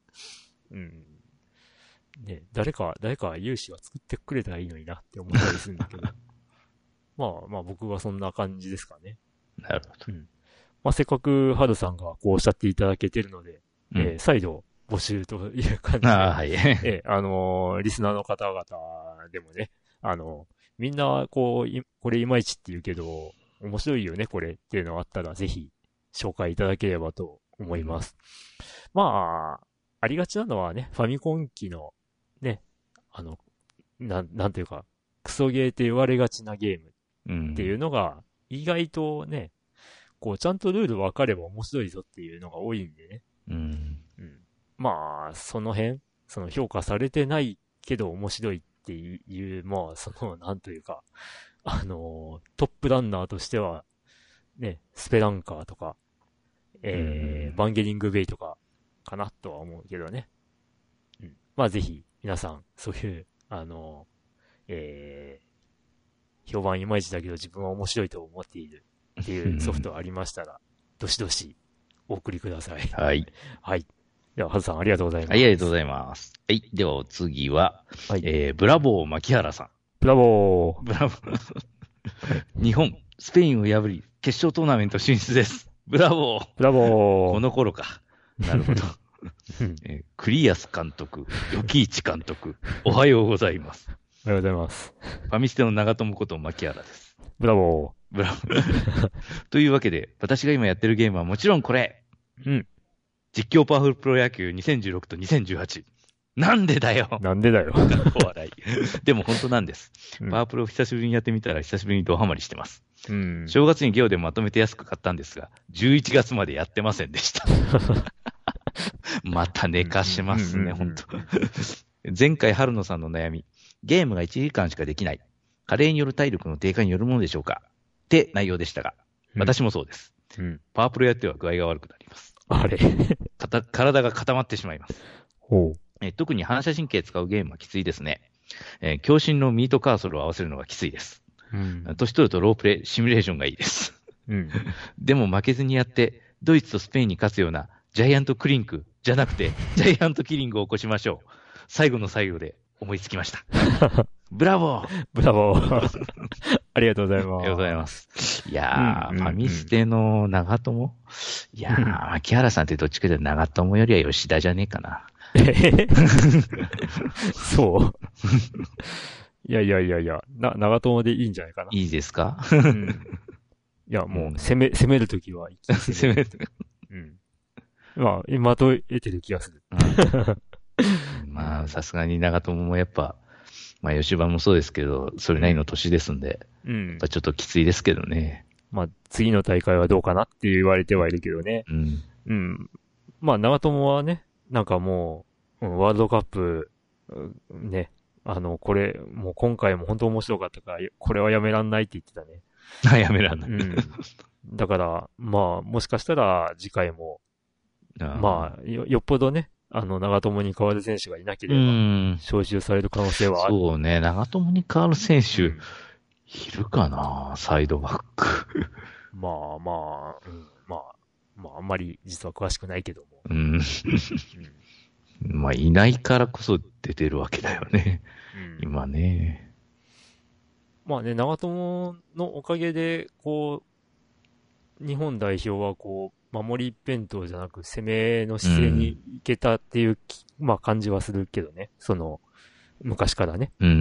ね、誰か有志は作ってくれたらいいのになって思ったりするんだけど。まあ僕はそんな感じですかね。 なるほど。せっかくハルさんがこうおっしゃっていただけてるので、再度募集という感じで。 はい。 リスナーの方々でもね、みんなこれいまいちって言うけど、面白いよね、これっていうのがあったらぜひ紹介いただければと思います。まあ、ありがちなのはね、ファミコン機のね、なんていうか、クソゲーって言われがちなゲームっていうのが、意外とね、こう、ちゃんとルール分かれば面白いぞっていうのが多いんでね。まあ、その辺、評価されてないけど面白いっていう、まあ、なんというか、トップランナーとしては、ね、スペランカーとか、バンゲリングベイとか、かなとは思うけどね。まあ、ぜひ、皆さん、そういう、評判いまいちだけど自分は面白いと思っているっていうソフトありましたら、どしどしお送りください。 はい。 はい。では、ハズさんありがとうございます。 はい、ありがとうございます。はい。では、お次は、ブラボー牧原さん。 ブラボー。 ブラボー。日本、スペインを破り、決勝トーナメント進出です。ブラボー。 ブラボー。 この頃か。なるほど。クリアス監督、ヨキイチ監督、おはようございます。 おはようございます。 ファミステの長友こと牧原です。 ブラボー。 ブラボー。というわけで、私が今やってるゲームはもちろんこれ。実況パワフルプロ野球2016と2018。なんでだよ。 なんでだよ。 お笑い。でも本当なんです。パワープロを久しぶりにやってみたら久しぶりにドハマりしてます。正月にゲオでまとめて安く買ったんですが、11月までやってませんでした。また寝かしますね、本当。前回春野さんの悩み、ゲームが1時間しかできない。加齢による体力の低下によるものでしょうかって内容でしたが、私もそうです。パワープロやっては具合が悪くなります。 あれ体が固まってしまいます。 ほう。 特に反射神経使うゲームはきついですね。強心のミートカーソルを合わせるのがきついです。年取るとロープレイ、シミュレーションがいいです。でも負けずにやって、ドイツとスペインに勝つようなジャイアントクリンクじゃなくて、ジャイアントキリングを起こしましょう。最後の最後で思いつきました。ブラボー。 ブラボー。ありがとうございます。 ありがとうございます。いやー、ファミステの長友いやー、牧原さんってどっちかというと長友よりは吉田じゃねえかな。 そういや、長友でいいんじゃないかな。 いいですかいや、もう、攻めるときは攻める。 まあ、今と得てる気がする。 まあ、さすがに長友もやっぱ、まあ、吉羽もそうですけど、それなりの年ですんで、やっぱちょっときついですけどね。 まあ、次の大会はどうかなって言われてはいるけどね。まあ、長友はね、なんかもう、ワールドカップ、ね、これ、もう今回も本当面白かったから、これはやめらんないって言ってたね。 やめらんない。 だから、まあ、もしかしたら次回も、まあ、よっぽどね、長友に代わる選手がいなければ、招集される可能性はある。 そうね、長友に代わる選手、いるかな、サイドバック。 まあ、あんまり実は詳しくないけども。 まあ、いないからこそっ出てるわけだよね。 うん。 今ね。 まあね、長友のおかげで、こう、日本代表はこう、守り一辺倒じゃなく攻めの姿勢に行けたっていうまあ感じはするけどね。昔からね。 うん。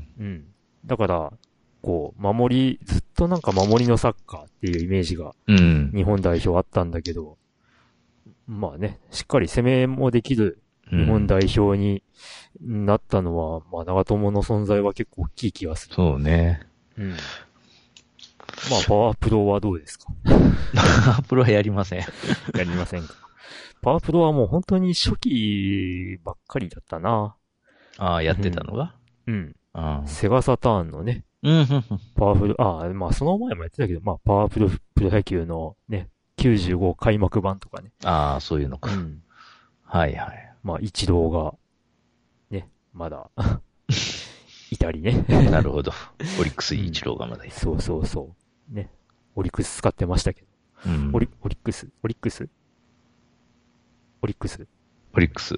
うん。だから、こう、ずっとなんか守りのサッカーっていうイメージがうん。 日本代表あったんだけど、まあね、しっかり攻めもできる日本代表になったのは、まあ長友の存在は結構大きい気がする。 そうね。 うん。まあパワープロはどうですか？ プロはやりません。 やりませんか？パワープロはもう本当に初期ばっかりだったな。 ああ、やってたのが、 うん。 ああ。 セガサターンのね、 うん、 パワフル、まあその前もやってたけど、まあパワフルプロ野球のね、95開幕版とかね。 ああ、そういうのか。 うん。 はいはい。 まあ一郎が、ね、まだ、いたりね。 なるほど。オリックス一郎がまだいる。 そうそうそう。ね。オリックス使ってましたけど。 うん。 オリックスオリックスオリックス。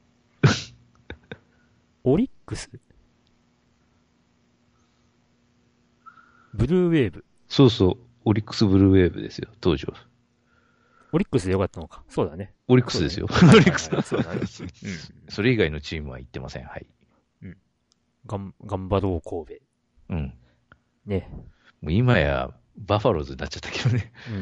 オリックスブルーウェーブ。 そうそう。オリックスブルーウェーブですよ、当時は。 オリックスでよかったのか。そうだね。 オリックスですよ。 そうだねオリックス。 そうだね。 それ以外のチームは行ってません。はい。 うん。頑張ろう神戸。 うん。 ね。 もう今や、バファローズになっちゃったけどね。 うん。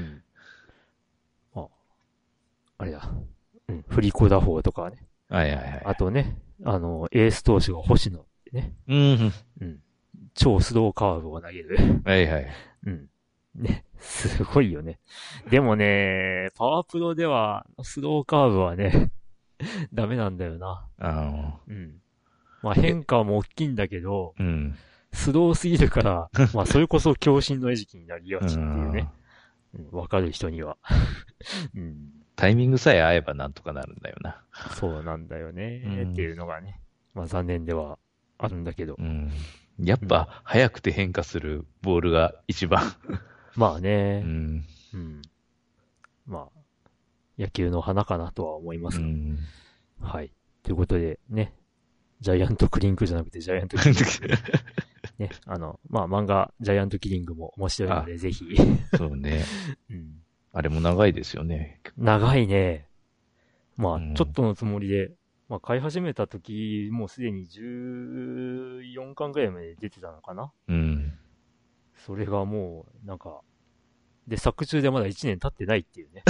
あれだ。うん。フリコダフォーとかね。 はいはいはい。 あとね、エース投手が星野ってね。 うん。 うん。超スローカーブを投げる。 はいはい。 うん。ね。すごいよね。でもね、パワープロでは、スローカーブはね、ダメなんだよな。うん。まあ変化も大きいんだけど、 うん。 スローすぎるから、まあそれこそ強心の餌食になりがちっていうね。わかる人には。うん。 タイミングさえ合えばなんとかなるんだよな。 そうなんだよね、っていうのがね。まあ残念ではあるんだけど。 うん。やっぱ、早くて変化するボールが一番。 まあね、 うん。 うん。まあ、野球の花かなとは思いますが。はい。ということで、ね。ジャイアントクリンクじゃなくてジャイアントキリング。ね。まあ漫画、ジャイアントキリングも面白いので、ぜひ。 そうね。 うん。 あれも長いですよね。 長いね。まあ、ちょっとのつもりで、まあ、買い始めた時、もうすでに14巻ぐらいまで出てたのかな。 うん。 それがもう、なんか、で、作中でまだ1年経ってないっていうね。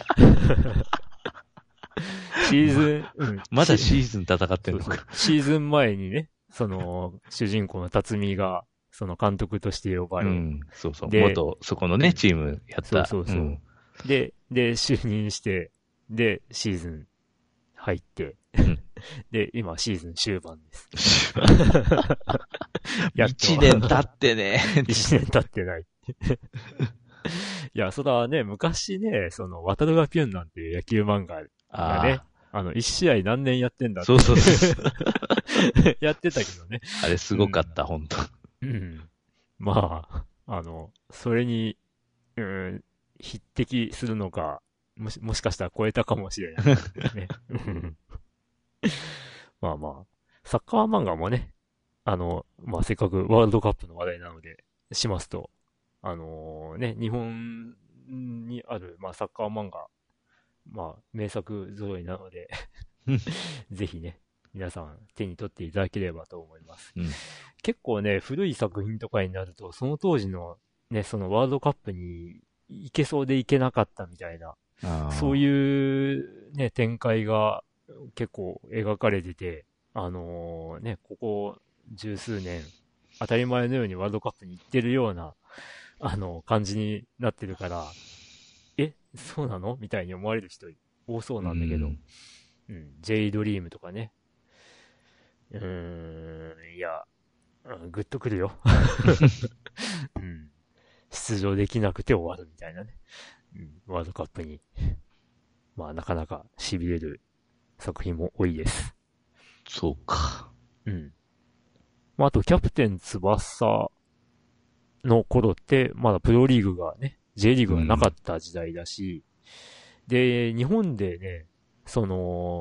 シーズン、うん。 まだシーズン戦ってんのか。 シーズン前にね、主人公の辰巳が、監督として呼ばれ、 そうそう。 で元、そこのね、チームやった。 そう。で、就任して、で、シーズン入って、で、今シーズン終盤です。 1年経ってね。 1年経ってない。いや、そらね、昔ね、渡るがピュンなんていう野球漫画がね、1試合何年やってんだって。 そう。 やってたけどね。 あれすごかった、ほんと。 うん。まあ、それに、匹敵するのか、もしかしたら超えたかもしれない、ね。まあまあ、サッカー漫画もね、まあせっかくワールドカップの話題なので、しますと、日本にある、まあサッカー漫画、まあ名作揃いなのでぜひね、皆さん手に取っていただければと思います。結構ね、古い作品とかになると、その当時のね、ワールドカップに行けそうで行けなかったみたいな、そういうね、展開が結構描かれてて、ね、ここ十数年、当たり前のようにワールドカップに行ってるような、感じになってるから、そうなのみたいに思われる人多そうなんだけど、J ドリームとかね。いや、グッとくるよ。出場できなくて終わるみたいなね。ワールドカップに。まあ、なかなか痺れる作品も多いです。 そうか。 まあ、あと、キャプテン翼の頃って、まだプロリーグがね、J リーグがなかった時代だし、で、日本でね、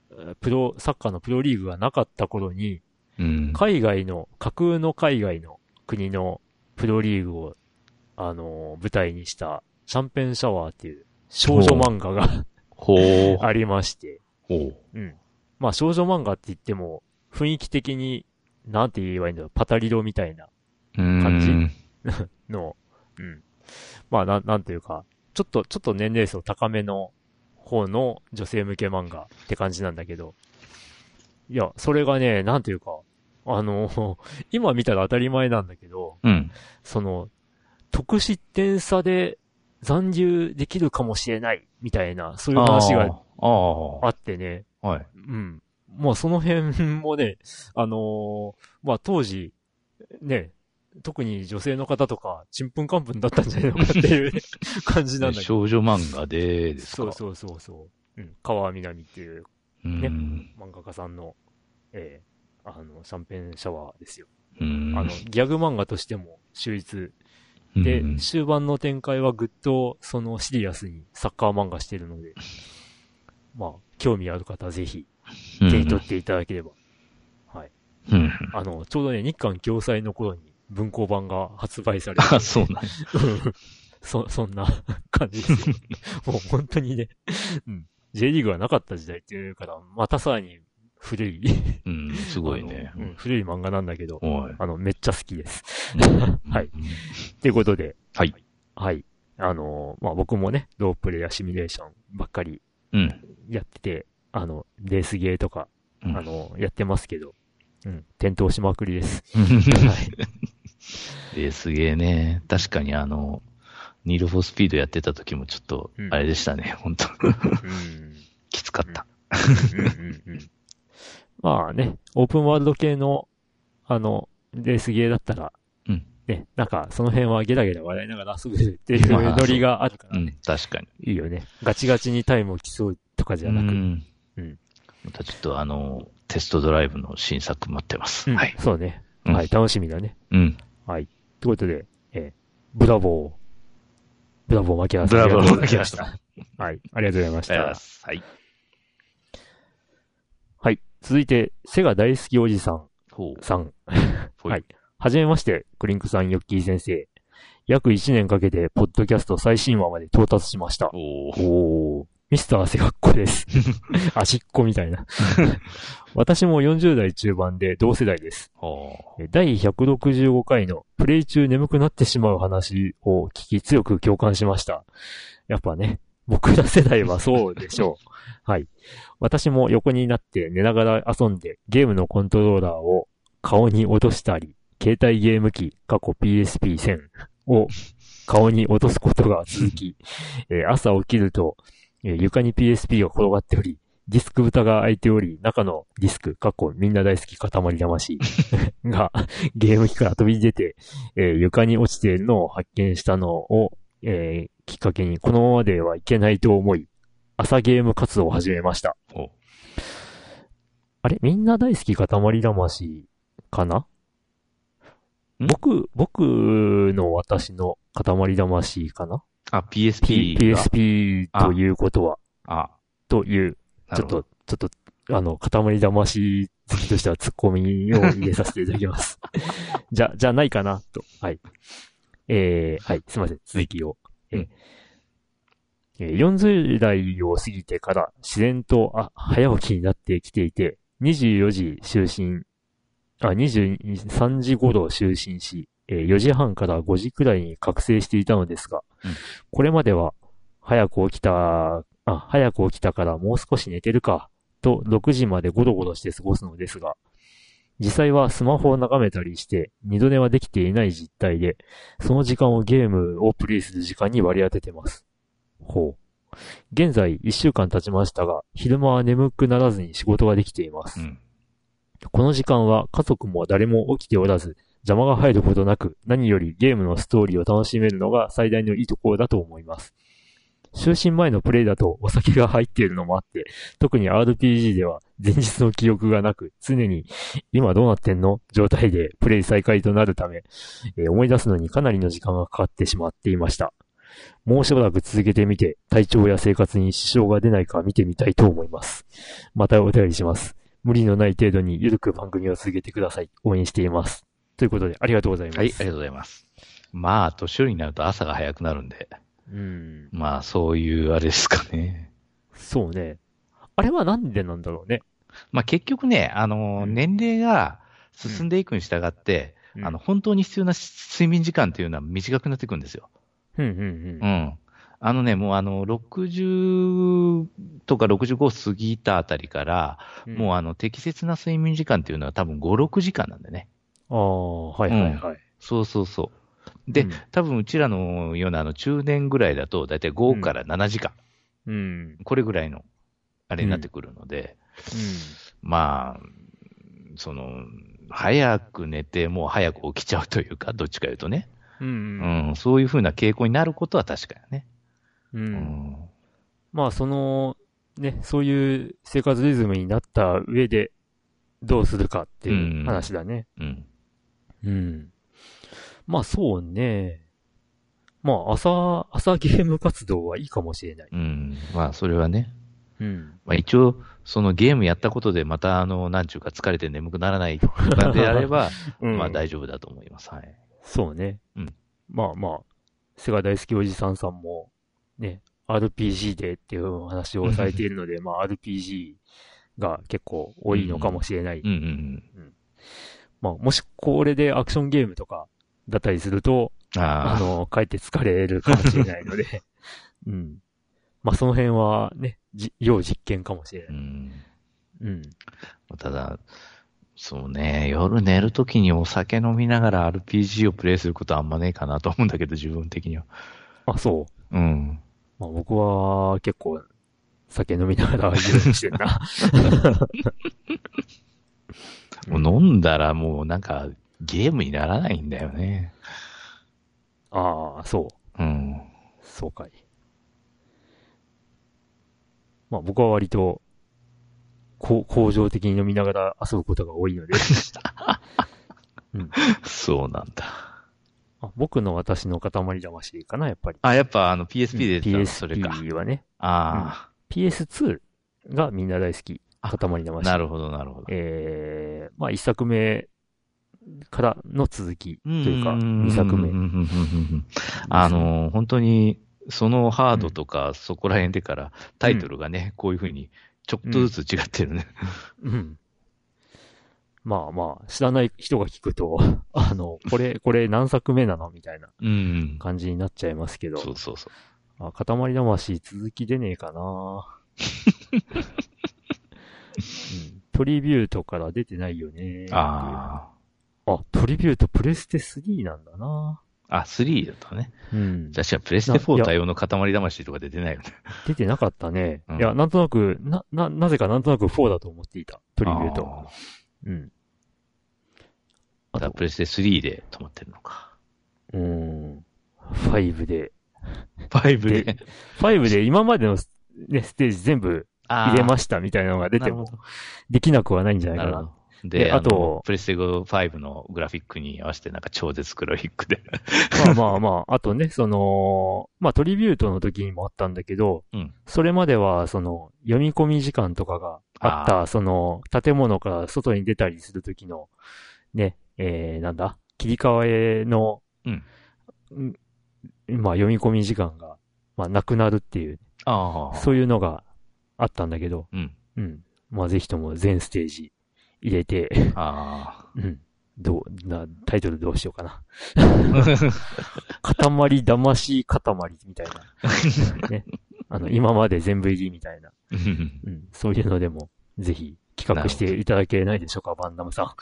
サッカーのプロリーグがなかった頃に、 うん。 架空の海外の国のプロリーグを、舞台にしたシャンペンシャワーっていう少女漫画がほう。 ありまして、 ほう。 うん。まあ少女漫画って言っても、雰囲気的に、なんて言えばいいんだろう、パタリロみたいな感じの、うん。まあなんというか、ちょっと年齢層高めの方の女性向け漫画って感じなんだけど、いや、それがね、なんていうか、今見たら当たり前なんだけど、 うん。 その、得失点差で残留できるかもしれないみたいな、そういう話があってね。 はい。 うん。まあその辺もね、まあ当時、ね、特に女性の方とか、ちんぷんかんぷんだったんじゃないのかっていう、ね、感じなんだけど。 少女漫画でですか？ そう。うん。川みなみっていう、ね、漫画家さんの、シャンペンシャワーですよ。ギャグ漫画としても秀逸。で、終盤の展開はぐっと、シリアスにサッカー漫画してるので、まあ、興味ある方はぜひ、手に取っていただければ。はい。ちょうどね、日韓共催の頃に文庫版が発売されて、 あ、そうなんそんな感じですよ。もう本当にね、うん。J リーグがなかった時代っていうから、またさらに古いすごいね。 古い漫画なんだけど、めっちゃ好きです。はい。っていうことで、 はい。 はい。まあ、僕もね、ロープレイやシミュレーションばっかり、やってて、レースゲーとか、やってますけど、転倒しまくりです。はい。 レースゲーね。確かにニールフォースピードやってた時もちょっと、あれでしたね、本当きつかった。 まあね、オープンワールド系の、レースゲーだったら、ね、なんか、その辺はゲラゲラ笑いながら遊べるっていうノリがあるからね。 確かに。 いいよね。ガチガチにタイムを競うとかじゃなく。 またちょっとテストドライブの新作待ってます。はい。 そうね。はい、楽しみだね。はい。ということで、ブラボー負けました。 ブラボー負けました。 はい。ありがとうございました。 はい。 はい。続いて、セガ大好きおじさん。はい。はじめまして、クリンクさん、ヨッキー先生。約1年かけて、ポッドキャスト最新話まで到達しました。ミスターセガっ子です。足っ子みたいな。私も40代中盤で同世代です。第165回のプレイ中眠くなってしまう話を聞き強く共感しました。やっぱね、僕ら世代はそうでしょう。はい。私も横になって寝ながら遊んでゲームのコントローラーを顔に落としたり、携帯ゲーム機、過去 PSP1000 を顔に落とすことが続き、朝起きると、床に PSP が転がっており、ディスク蓋が開いており、中のディスク、過去みんな大好き塊魂がゲーム機から飛び出て、床に落ちているのを発見したのを、きっかけにこのままではいけないと思い、朝ゲーム活動を始めました。あれみんな大好き塊魂かな？僕の私の塊魂かな？PSP ということは、という、ちょっと、塊魂好きとしてはツッコミを入れさせていただきます。じゃないかな、と。はい。はい、すいません、続きを。40代を過ぎてから自然と早起きになってきていて、24時23時頃就寝し、4時半から5時くらいに覚醒していたのですが、これまでは早く起きたからもう少し寝てるか、と6時までゴロゴロして過ごすのですが、実際はスマホを眺めたりして二度寝はできていない実態で、その時間をゲームをプレイする時間に割り当ててます。現在1週間経ちましたが、昼間は眠くならずに仕事ができています。この時間は家族も誰も起きておらず、邪魔が入ることなく、何よりゲームのストーリーを楽しめるのが最大のいいところだと思います。就寝前のプレイだとお酒が入っているのもあって、特に RPG では前日の記憶がなく、常に今どうなってんの状態でプレイ再開となるため、思い出すのにかなりの時間がかかってしまっていました。 もうしばらく続けてみて、体調や生活に支障が出ないか見てみたいと思います。またお便りします。無理のない程度にゆるく番組を続けてください。応援しています。ということで、ありがとうございます。 はい、ありがとうございます。まあ、年寄りになると朝が早くなるんで。まあ、そういうあれですかね。 そうね。あれはなんでなんだろうね。 まあ結局ね、年齢が進んでいくに従って、本当に必要な睡眠時間っていうのは短くなっていくんですよ。もう60とか65過ぎたあたりから、もう適切な睡眠時間っていうのは多分5、6時間なんでね。 はいはいはい。 そうそうそう。で、多分うちらのような中年ぐらいだと、だいたい5から7時間。これぐらいの、あれになってくるので、まあ、早く寝て、もう早く起きちゃうというか、どっちか言うとね。そういうふうな傾向になることは確かにね。 まあ、ね、そういう生活リズムになった上で、どうするかっていう話だね。まあ、そうね。まあ、朝ゲーム活動はいいかもしれない。 まあ、それはね。まあ、一応、そのゲームやったことでまたなんちゅうか疲れて眠くならないとかであれば、まあ大丈夫だと思います。はい。 そうね。まあまあ、セガ大好きおじさんさんも、ね、RPG でっていう話をされているので、まあ RPG が結構多いのかもしれない。まあ、もしこれでアクションゲームとかだったりすると、かえって疲れるかもしれないので、まあその辺はね、要実験かもしれない。 ただ、そうね、夜寝るときにお酒飲みながら RPG をプレイすることはあんまねえかなと思うんだけど、自分的には。 あ、そう。まあ僕は結構酒飲みながらゲームしてるな。 もう飲んだらもうなんかゲームにならないんだよね。 ああ、そう。そうかい。まあ僕は割と、恒常的に飲みながら遊ぶことが多いので。 そうなんだ。 僕の私の塊魂かな、やっぱり。 やっぱPSP で出たそれか。 PSP はね。PS2 がみんな大好き。塊魂。 なるほど、なるほど。 まあ一作目からの続きというか、二作目。 本当に、そのハードとか、そこら辺でからタイトルがね、こういう風にちょっとずつ違ってるね。 まあまあ、知らない人が聞くと、これ何作目なのみたいな感じになっちゃいますけど。 そうそうそう。 塊魂続き出ねえかなトリビュートから出てないよね。トリビュートプレステ3なんだな。 3だったね。じゃあ、プレステ4対応の塊魂とか出てないよね。 出てなかったね。いや、なんとなく、なぜかなんとなく4だと思っていた。トリビュート。 プレステ3で止まってるのか。 5で。 5 で今までの、ね、ステージ全部入れましたみたいなのが出ても、できなくはないんじゃないかな。 で、あと、プレステ5のグラフィックに合わせてなんか超絶グラフィックで。 あとね、トリビュートの時にもあったんだけど、それまでは、読み込み時間とかがあった、建物から外に出たりする時の、ね、切り替えの、読み込み時間が、なくなるっていう、そういうのがあったんだけど、ぜひとも全ステージ入れて、タイトルどうしようかな。塊魂塊みたいな。ね。今まで全部入りみたいな。そういうのでも、ぜひ企画していただけないでしょうか、バンダムさん。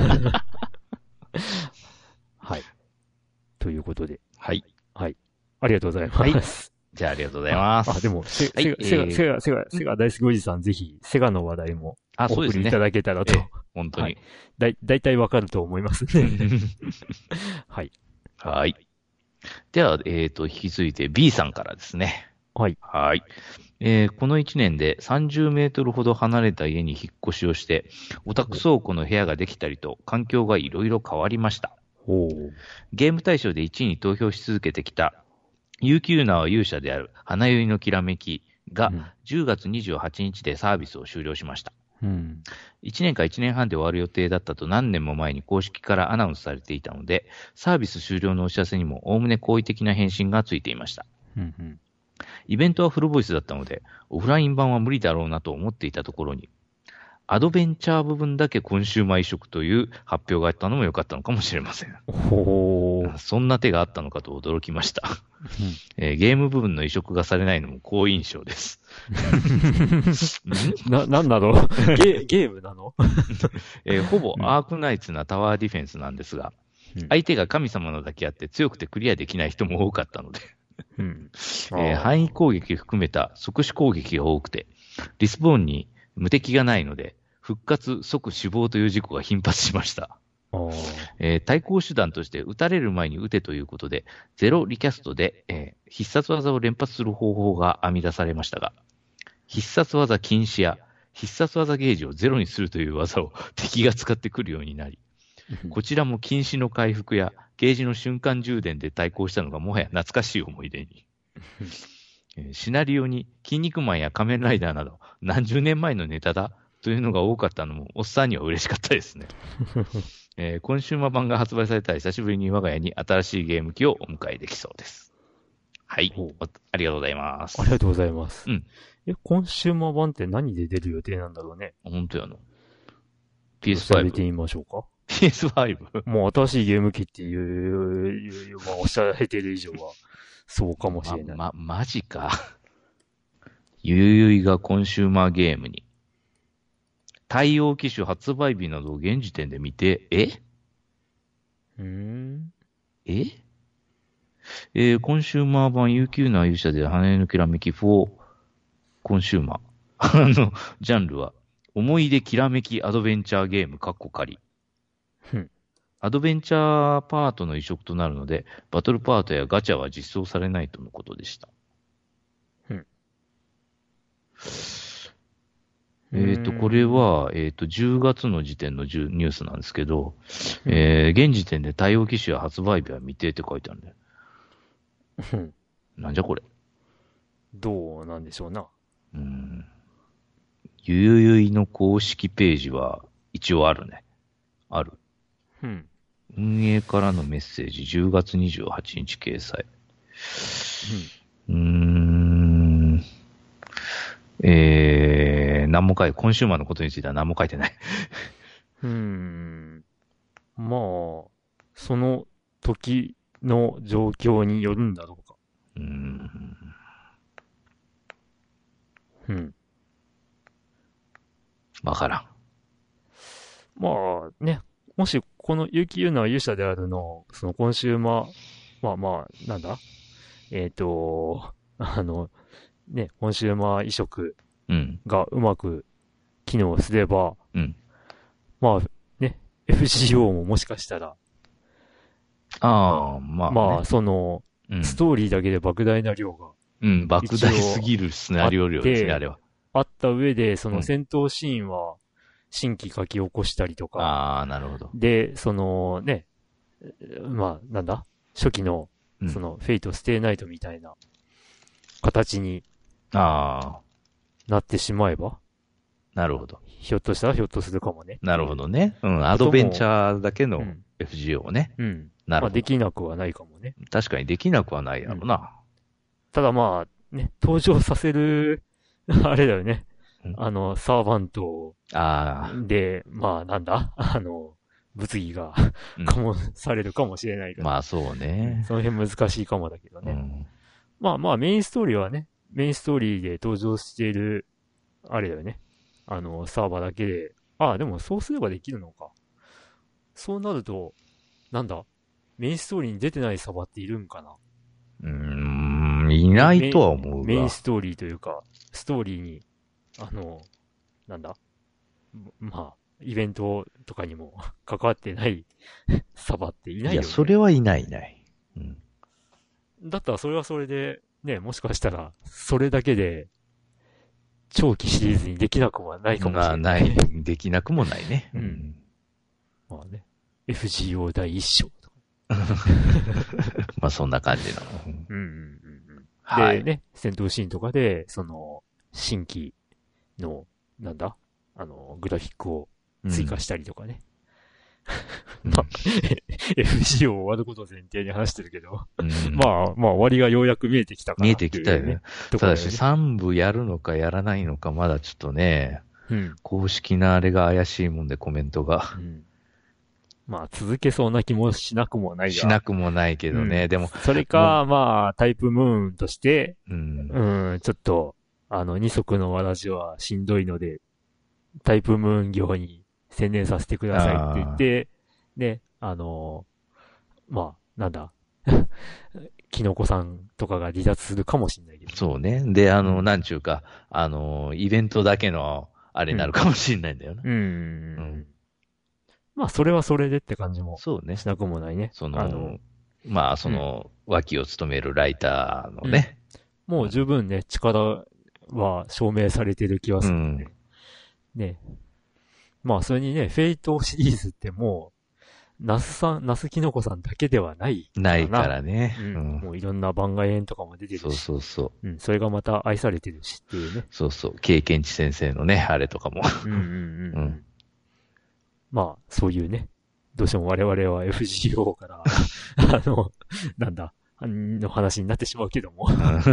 はい。ということで。 はい。 ありがとうございます。 じゃあありがとうございます。 でも、セガ大好きおじさん、ぜひ、セガの話題もお送りいただけたらと。 本当に。 だいたいわかると思いますね。はい。 では、引き続いて B さんからですね。この1年で30メートルほど離れた家に引っ越しをして、オタク倉庫の部屋ができたりと、環境がいろいろ変わりました。ゲーム大賞で1位に投票し続けてきた、 悠久な勇者である花酔いのきらめきがうん 10月28日でサービスを終了しました。 うん 1年か1年半で終わる予定だったと何年も前に公式からアナウンスされていたので、サービス終了のお知らせにもおおむね好意的な返信がついていました。 うんうんイベントはフルボイスだったので、オフライン版は無理だろうなと思っていたところに、アドベンチャー部分だけコンシューマー移植という発表があったのも良かったのかもしれません。 ほー。 そんな手があったのかと驚きました。ゲーム部分の移植がされないのも好印象です。 なんなのゲームなのほぼアークナイツなタワーディフェンスなんですが、相手が神様なだけあって強くてクリアできない人も多かったので、範囲攻撃含めた即死攻撃が多くて、リスボーンに無敵がないので、復活即死亡という事故が頻発しました。対抗手段として撃たれる前に撃てということで、ゼロリキャストで、必殺技を連発する方法が編み出されましたが、必殺技禁止や必殺技ゲージをゼロにするという技を敵が使ってくるようになり、こちらも禁止の回復やゲージの瞬間充電で対抗したのがもはや懐かしい思い出に。シナリオに筋肉マンや仮面ライダーなど何十年前のネタだというのが多かったのもおっさんには嬉しかったですね。コンシューマー版が発売されたら久しぶりに我が家に新しいゲーム機をお迎えできそうです。はい。ありがとうございます。 ありがとうございます。コンシューマー版って何で出る予定なんだろうね。 本当やな。 PS5。調べてみましょうか。 PS5? もう新しいゲーム機っていう、まあ、おっしゃられてる以上は、そうかもしれない。 マジか。ゆいゆいがコンシューマーゲームに。対応機種発売日などを現時点で見て、コンシューマー版悠久な勇者で羽のきらめき4コンシューマー。ジャンルは、思い出きらめきアドベンチャーゲーム仮。アドベンチャーパートの移植となるので、バトルパートやガチャは実装されないとのことでした。これは、10月の時点のニュースなんですけど、現時点で対応機種や発売日は未定って書いてあるんだよ。なんじゃこれ。 どうなんでしょうな。 ゆゆゆいの公式ページは一応あるね。ある。運営からのメッセージ、10月28日掲載。何もコンシューマーのことについては何も書いてない。 まあ、その時の状況によるんだろうか。 わからん。 まあね、もしこの結城優奈は勇者であるの、そのコンシューマー、まあ、なんだね、コンシューマー移植がうまく機能すれば、まあね、FGO ももしかしたら、まあ、その、ストーリーだけで莫大な量が、 莫大すぎるシナリオ量ですね、あれは。 あった上で、その戦闘シーンは、新規書き起こしたりとか。 なるほど。 で、そのね、まあ、なんだ初期の、その、フェイトステイナイトみたいな形になってしまえば。 なるほど。 ひょっとしたらひょっとするかもね。 なるほどね。アドベンチャーだけの FGO ね。なるほど。 まあ、できなくはないかもね。 確かにできなくはないやろな。 ただまあ、ね、登場させる、あれだよね。サーバントで、まあなんだ物議が醸されるかもしれないから。 まあそうね。 その辺難しいかもだけどね。まあメインストーリーはね、メインストーリーで登場している、あれだよね。サーバーだけで。でもそうすればできるのか。そうなると、なんだメインストーリーに出てないサバっているんかな。 いないとは思うが。 メインストーリーというか、ストーリーに、なんだまあ、イベントとかにも関わってないサバっていないよね。いや、 それはいない。 だったらそれはそれで、ね、もしかしたら、それだけで、長期シリーズにできなくはないかもしれない。 できなくもないね。 まあね、FGO 第一章とか。 まあそんな感じの。 はい。 でね、戦闘シーンとかで、新規の、グラフィックを追加したりとかね。 うんまあ、FGO 終わることを前提に話してるけど、 うんまあ、終わりがようやく見えてきたか見えなっていう、ね。 てきたよね。ただし、 ところでね。 3部やるのかやらないのか、まだちょっとね、 うん。 公式なあれが怪しいもんで、コメントが。 うん。まあ、続けそうな気もしなくもないが。 しなくもないけどね、 うんでも、 それか、まあ、タイプムーンとして、ちょっと、二足のわらじはしんどいので、タイプムーン業に専念させてくださいって言って、ね、まあ、キノコさんとかが離脱するかもしれないけど。 そうね。で、なんちゅうか、イベントだけの、あれになるかもしれないんだよな。 うん。まあ、それはそれでって感じもそうね。 しなくもないね。 まあ、脇を務めるライターのね。 もう十分ね、力は証明されてる気はするんで。ね。まあ、それにね、フェイトシリーズってもう、ナスキノコさんだけではないないからね。 もういろんな番外編とかも出てるし。 そう。 それがまた愛されてるしっていうね。 そう。経験値先生のね、あれとかも。 まあ、そういうね。どうしても我々は FGO から、の話になってしまうけども。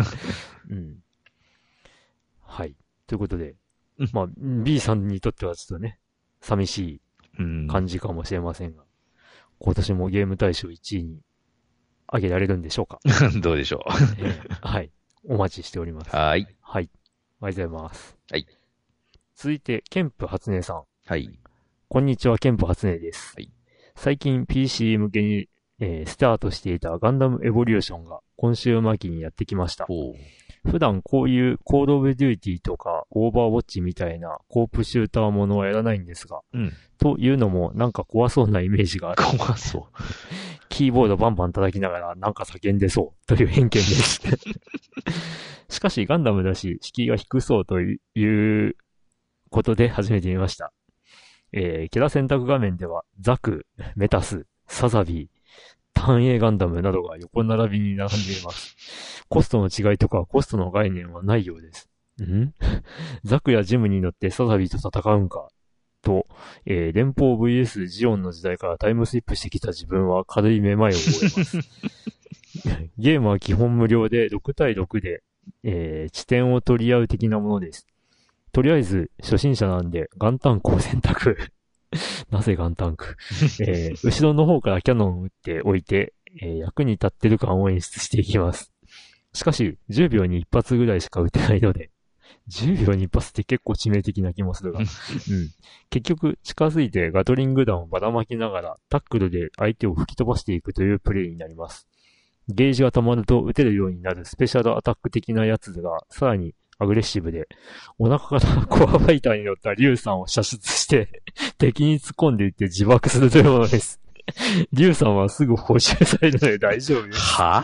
はい。ということで、まあ、B さんにとってはちょっとね、寂しい感じかもしれませんが、今年もゲーム大賞1位に上げられるんでしょうか。 どうでしょう。 はい。お待ちしております。 はい。 はい。ありがとうございます。 はい。 続いて、ケンプ初音さん。 はい。 こんにちは、ケンプ初音です。 はい。 最近 PC 向けに、スタートしていたガンダムエボリューションが今週末期にやってきました。普段こういうコールオブデューティーとかオーバーウォッチみたいなコープシューターものはやらないんですが、というのもなんか怖そうなイメージがある。 怖そう。 キーボードバンバン叩きながらなんか叫んでそうという偏見です。しかしガンダムだし敷居が低そうということで始めてみました。キャラ選択画面ではザク、メタス、サザビー、単影ガンダムなどが横並びに並んでいます。コストの違いとかコストの概念はないようです。ザクやジムに乗ってサザビーと戦うんかと、連邦 VS ジオンの時代からタイムスリップしてきた自分は軽いめまいを覚えます。ゲームは基本無料で6対6で、地点を取り合う的なものです。とりあえず初心者なんでガンタンクを選択。なぜガンタンク、後ろの方からキャノンを撃っておいて、役に立ってる感を演出していきます。しかし、10秒に1発ぐらいしか撃てないので、10秒に1発って結構致命的な気もするが、結局、近づいてガトリング弾をばらまきながら、タックルで相手を吹き飛ばしていくというプレイになります。ゲージが溜まると撃てるようになるスペシャルアタック的なやつが、さらにアグレッシブで、お腹からコアファイターに乗ったリュウさんを射出して、敵に突っ込んでいって自爆するというものです。リュウさんはすぐ補修されるので大丈夫です。 は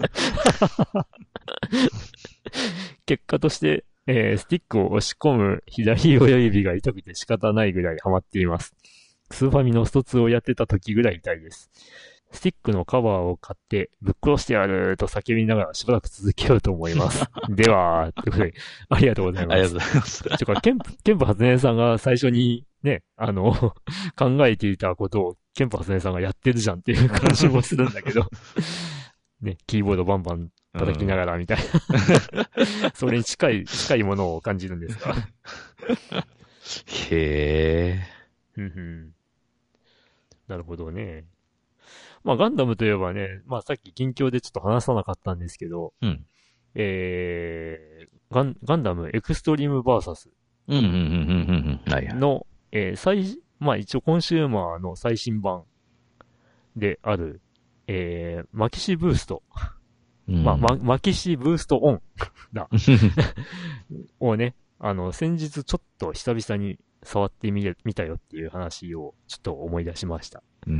結果として、スティックを押し込む左親指が痛くて仕方ないぐらいハマっています。スーファミのスト2をやってた時ぐらい痛いです。スティックのカバーを買ってぶっ殺してやると叫びながらしばらく続けようと思います。では、ということで、ありがとうございます。 ありがとうございます。 てか、ケンプ初音さんが最初にね、考えていたことをケンプ初音さんがやってるじゃんっていう感じもするんだけど、ね、キーボードバンバン叩きながらみたいな、それに近いものを感じるんですが。 へー。なるほどね。まあ、ガンダムといえばね、まあ、さっき近況でちょっと話さなかったんですけど、ガンダムエクストリームバーサスの、まあ一応コンシューマーの最新版である、マキシブースト。マキシブーストオンだ。をね、先日ちょっと久々に触ってみたよっていう話をちょっと思い出しました。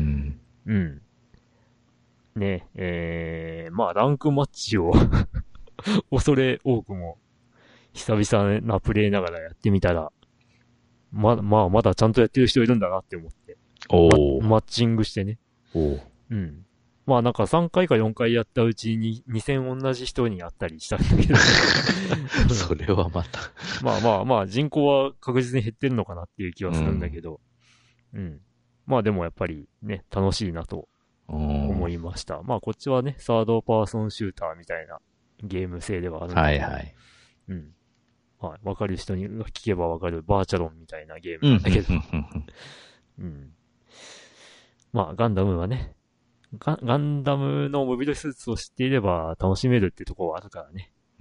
ね、まあランクマッチを恐れ多くも久々なプレイながらやってみたら、まだちゃんとやってる人いるんだなって思って。マッチングしてね。 まあなんか3回か4回やったうちに2000同じ人に会ったりしたんだけど。 それはまた。 まあまあまあ人口は確実に減ってるのかなっていう気はするんだけど。うん。まあでもやっぱりね、楽しいなと思いました。まあこっちはね、サードパーソンシューターみたいなゲーム性ではあるので。 はいはい。 うん。はい。わかる人に聞けばわかるバーチャロンみたいなゲームなんだけど。うん。まあガンダムはね、ガンダムのモビルスーツを知っていれば楽しめるってところはあるからね。 うん。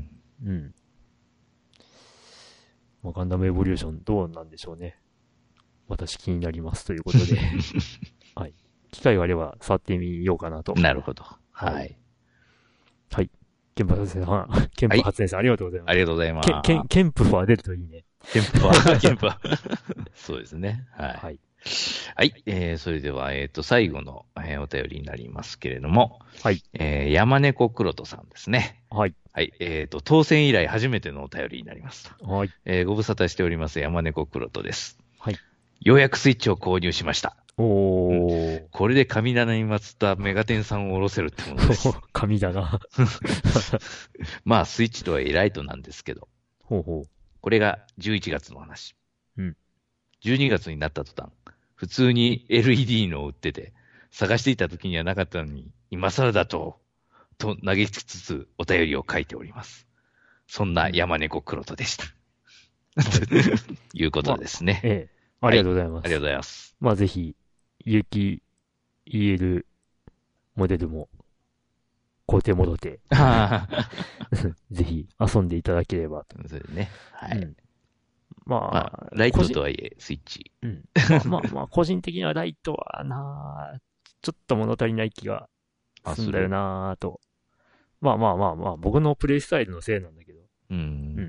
うん。まあ、ガンダムエボリューションどうなんでしょうね。私気になりますということで。はい。機会があれば触ってみようかなと。 なるほど。はい。 はい。ケンプ発電さん、ケンプ発電さん、ありがとうございます。 ありがとうございます。 ケンプは出るといいね。 ケンプは、ケンプは。そうですね。はい。 はい。 はい。それでは、最後の、お便りになりますけれども。 はい。 山猫黒人さんですね。 はい。 はい。当選以来初めてのお便りになります。 はい。 ご無沙汰しております山猫黒人です。 はい。 ようやくスイッチを購入しました。 おー。 これで神棚に祀ったメガテンさんを下ろせるってものです。 神だな。 まあ、スイッチとはライトなんですけど。 ほうほう。 これが11月の話。 うん。 12月になった途端、普通に LED のを売ってて、探していた時にはなかったのに、今更だと嘆きつつお便りを書いております。そんな山猫黒人でした。ということですね。 まあ、ええ。ありがとうございます。 はい、ありがとうございます。 まあ、ぜひ、有機 EL モデルも、工程戻って、ぜひ遊んでいただければと。 そうですね。はい。うん、 まあ、 ライトとはいえ、スイッチ。 うん。まあ、個人的にはライトはな、ちょっと物足りない気がするんだよなと。まあ、僕のプレイスタイルのせいなんだけど。うん。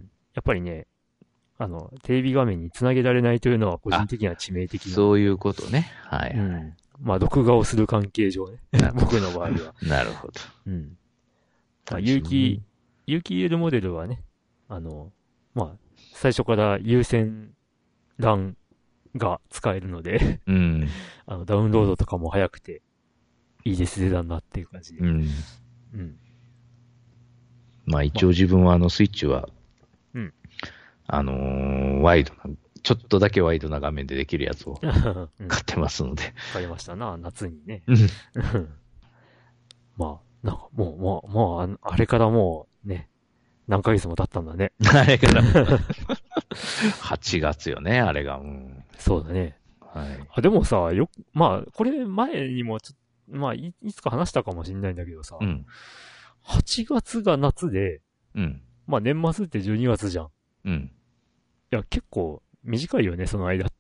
やっぱりね、テレビ画面につなげられないというのは個人的には致命的な。 そういうことね。はい、はい。うん。 まあ、録画をする関係上ね。僕の場合は。 なるほど。 うん。有機 EL モデルはね、まあ、最初から有線 LAN が使えるので、 うん。 ダウンロードとかも早くて、いいですね、だなっていう感じで。 うん。うん。まあ一応自分はスイッチは、うん。ワイドな、ちょっとだけワイドな画面でできるやつを買ってますので。 買いましたな、夏にね。まあ、なんかもう、あれからもうね、何ヶ月も経ったんだね。 あれから。8月よね、あれが。うん、 そうだね。 はい。 あ、でもさ、まあ、これ前にもまあいつか話したかもしれないんだけどさ、うん、8月が夏で、うん。まあ年末って12月じゃん。うん。いや、結構短いよね、その間って。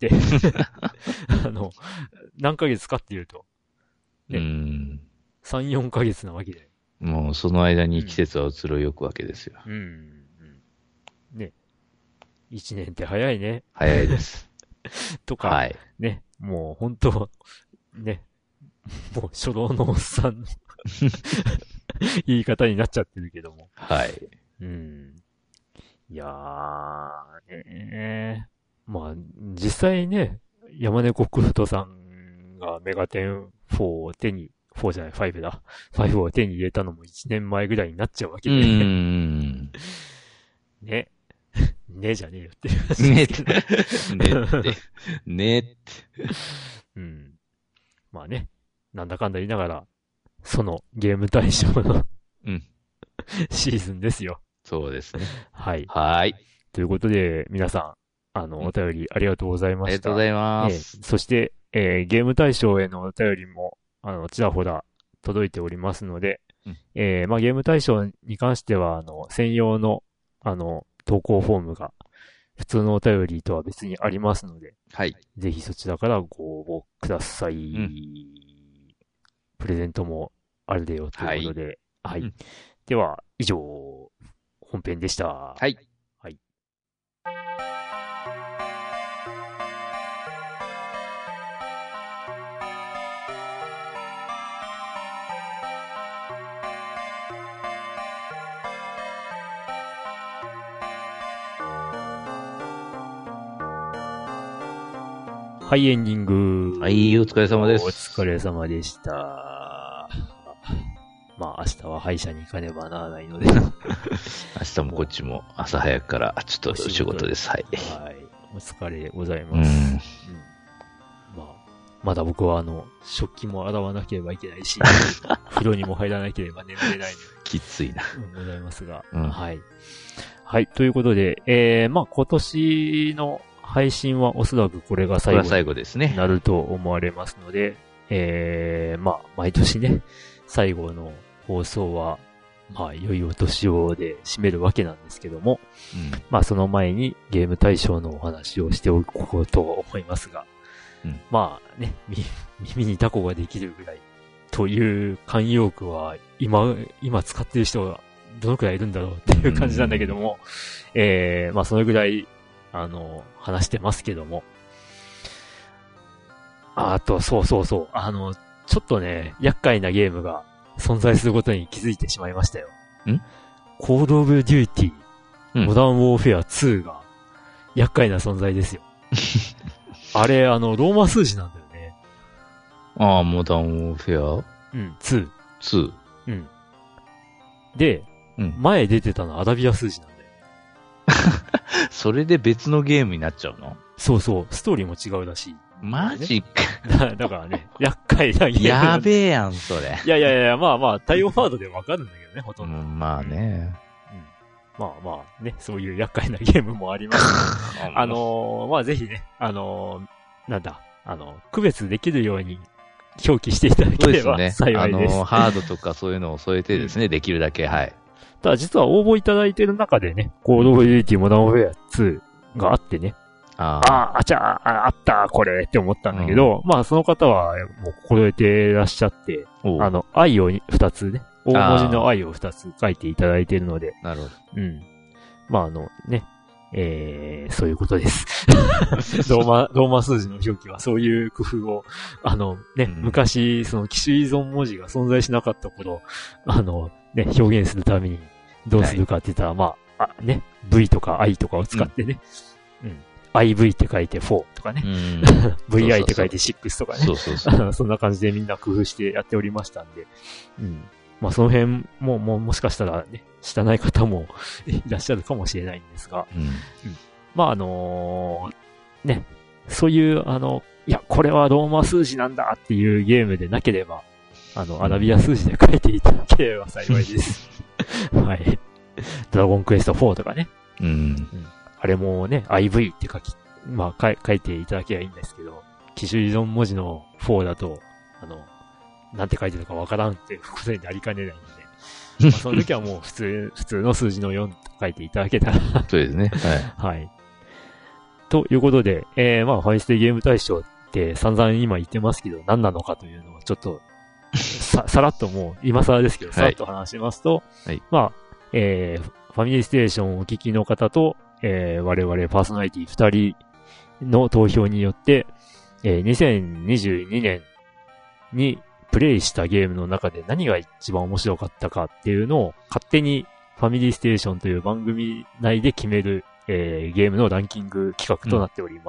何ヶ月かっていうと。ね、3、4ヶ月なわけで。 もうその間に季節は移ろいゆくわけですよ。 ね。1年って早いね。 早いです。 とか、はい、ね、もう本当ね、もう初老のおっさんの言い方になっちゃってるけども。 はい。 いやまあ、実際ね、山猫クルトさんがメガテン4を4じゃない、5だ。5を手に入れたのも1年前ぐらいになっちゃうわけで。ね。ねじゃねえよっていう話。 ねって。ねって。 うん。まあね。なんだかんだ言いながら、そのゲーム対象のシーズンですよ。 そうですね。 はい。 はい。 ということで、皆さん、お便りありがとうございました。 ありがとうございます。 そして、ゲーム対象へのお便りも、ちらほら届いておりますので、まあ、ゲーム対象に関しては、専用の、投稿フォームが、普通のお便りとは別にありますので、 はい。 ぜひそちらからご応募ください。プレゼントもあるでよということで、はい。では、以上、本編でした。 はい。 はい。はい、エンディング。 はい、お疲れ様です。 お疲れ様でした。 まあ明日は歯医者に行かねばならないので。 明日もこっちも朝早くからちょっと仕事です。はい。 はい。お疲れございます。まあ、まだ僕は食器も洗わなければいけないし、風呂にも入らなければ眠れないので。 きついな。 ございますが。 うん、 はい。はい。ということで、まあ今年の配信はおそらくこれが最後ですね。 なると思われますので、まあ毎年ね、最後の放送は、まあ、良いお年をで締めるわけなんですけども、まあ、その前にゲーム大賞のお話をしておこうと思いますが、まあね、耳にタコができるぐらいという慣用句は、今使ってる人はどのくらいいるんだろうっていう感じなんだけども、まあ、そのぐらい、話してますけども、あと、そう、ちょっとね、厄介なゲームが、存在することに気づいてしまいましたよ。コールオブデューティー、モダンウォーフェア2が厄介な存在ですよ。あれ、ローマ数字なんだよね。 ああ、モダンウォーフェア 2。 2。 で、前出てたのアラビア数字なんだよ。 それで別のゲームになっちゃうの？ そう、ストーリーも違うらしい。 マジか。 だからね、厄介なゲーム。 やべえやん、それ。 いや、まあ、対応ワードでわかるんだけどね、ほとんど。 まあね。 まあね、そういう厄介なゲームもあります。まあぜひね、なんだ、区別できるように表記していただければ幸いです。 ね、ハードとかそういうのを添えてですね、できるだけ、はい。 ただ実は応募いただいてる中でね、コールオブデューティーモダンウォーフェア2があってね、あったこれって思ったんだけど、まあその方はもう心得てらっしゃって、愛を2つね、大文字の愛を2つ書いていただいているので、 なるほど。 まあね、そういうことです。ローマ数字の表記はそういう工夫を、昔、その機種依存文字が存在しなかった頃、ね、表現するためにどうするかって言ったら、まあ、ね、V とか I とかを使ってね、IV って書いて4とかね、VI って書いて6とかね、そんな感じでみんな工夫してやっておりましたんで、まあその辺もしかしたらね、知らない方もいらっしゃるかもしれないんですが、まあね、そういういや、これはローマ数字なんだっていうゲームでなければ、アラビア数字で書いていただければ幸いです。はい。ドラゴンクエスト4とかね。あれもね、IV って書いていただければいいんですけど、機種依存文字の4だと、なんて書いてるのかわからんってことになりかねないので、その時はもう普通の数字の4と書いていただけたらそうですね。 はい。ということで、まあ、ファイステゲーム大賞って散々今言ってますけど、何なのかというのをちょっと、さらっともう、今更ですけど、さらっと話しますと、まあ、ファミリーステーションをお聞きの方と、我々パーソナリティ2人の投票によって、2022年にプレイしたゲームの中で何が一番面白かったかっていうのを勝手にファミリーステーションという番組内で決める、ゲームのランキング企画となっております。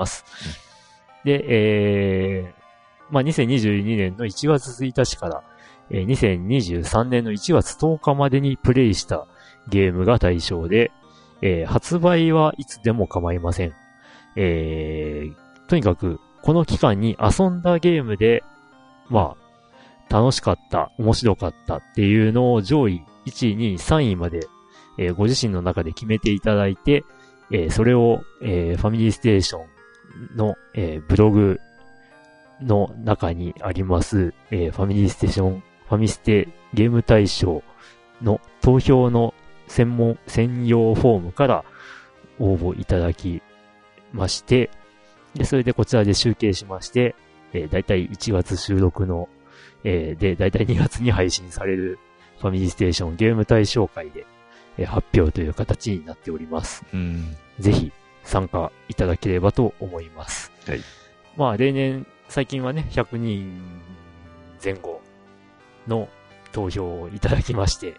で、まあ、2022年の1月1日から、2023年の1月10日までにプレイしたゲームが対象で、発売はいつでも構いません。とにかく、この期間に遊んだゲームで、まあ、楽しかった、面白かったっていうのを上位1位、2位、3位まで、ご自身の中で決めていただいて、それを、ファミリーステーションの、ブログの中にあります、ファミリーステーション、ファミステゲーム大賞の投票の専用フォームから応募いただきまして、で、それでこちらで集計しまして、だいたい1月収録の、で、だいたい2月に配信されるファミリーステーションゲーム大賞会で、発表という形になっております。ぜひ参加いただければと思います。 はい。 まあ、例年、最近はね、100人前後の投票をいただきまして、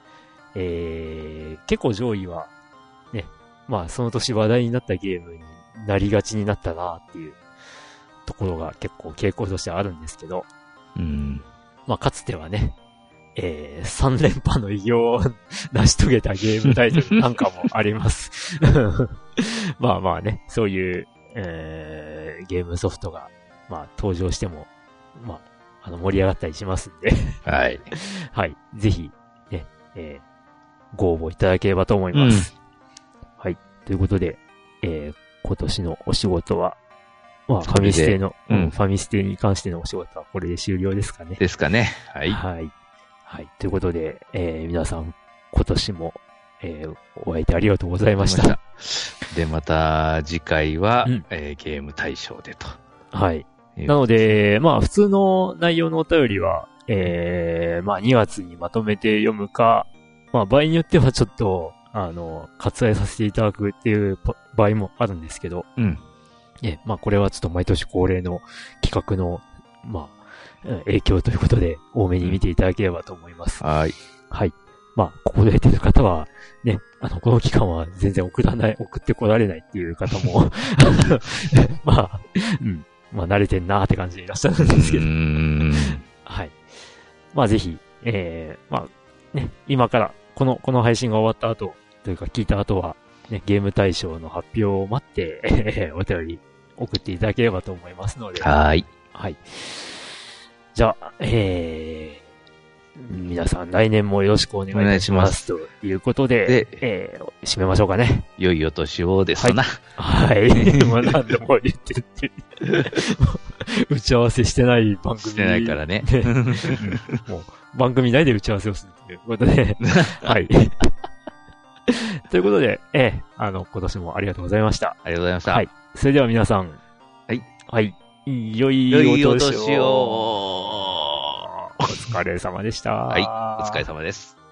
結構上位は、ね、まあその年話題になったゲームになりがちになったなっていうところが結構傾向としてあるんですけど、まあかつてはね、 3連覇の偉業を成し遂げたゲームタイトルなんかもあります。まあまあね、そういう、ゲームソフトが、まあ登場しても、まあ、盛り上がったりしますんで。 はい。 はい。ぜひ、ね、ご応募いただければと思います。はい。ということで、今年のお仕事は、まあ、ファミステの、ファミステに関してのお仕事はこれで終了ですかね。 ですかね。はい。 はい。はい。ということで、皆さん、今年も、お会いいてありがとうございました。 で、また、次回は、ゲーム大賞でと。 はい。なので、まあ、普通の内容のお便りは、まあ、2月にまとめて読むか、まあ、場合によってはちょっと、割愛させていただくっていう場合もあるんですけど、まあ、これはちょっと毎年恒例の企画の、まあ、影響ということで、多めに見ていただければと思います。 はい。 はい。まあ、ここでやってる方は、ね、この期間は全然送ってこられないっていう方も、まあ、まあ、慣れてんなーって感じでいらっしゃるんですけど。はい。まあ、ぜひ、まあ、ね、今から、この配信が終わった後、というか聞いた後は、ね、ゲーム大賞の発表を待って、お便り送っていただければと思いますので。 はい。 はい。じゃあ、皆さん来年もよろしくお願いいたします。ということで、締めましょうかね。 良いお年をですな。 はい。まあ何度も言ってるって。打ち合わせしてない番組。 してないからね。 もう番組内で打ち合わせをするということで、はい。ということで、今年もありがとうございました。 ありがとうございました。 はい。それでは皆さん。 はい。 はい。良いお年を。お疲れ様でした。 はい。お疲れ様です。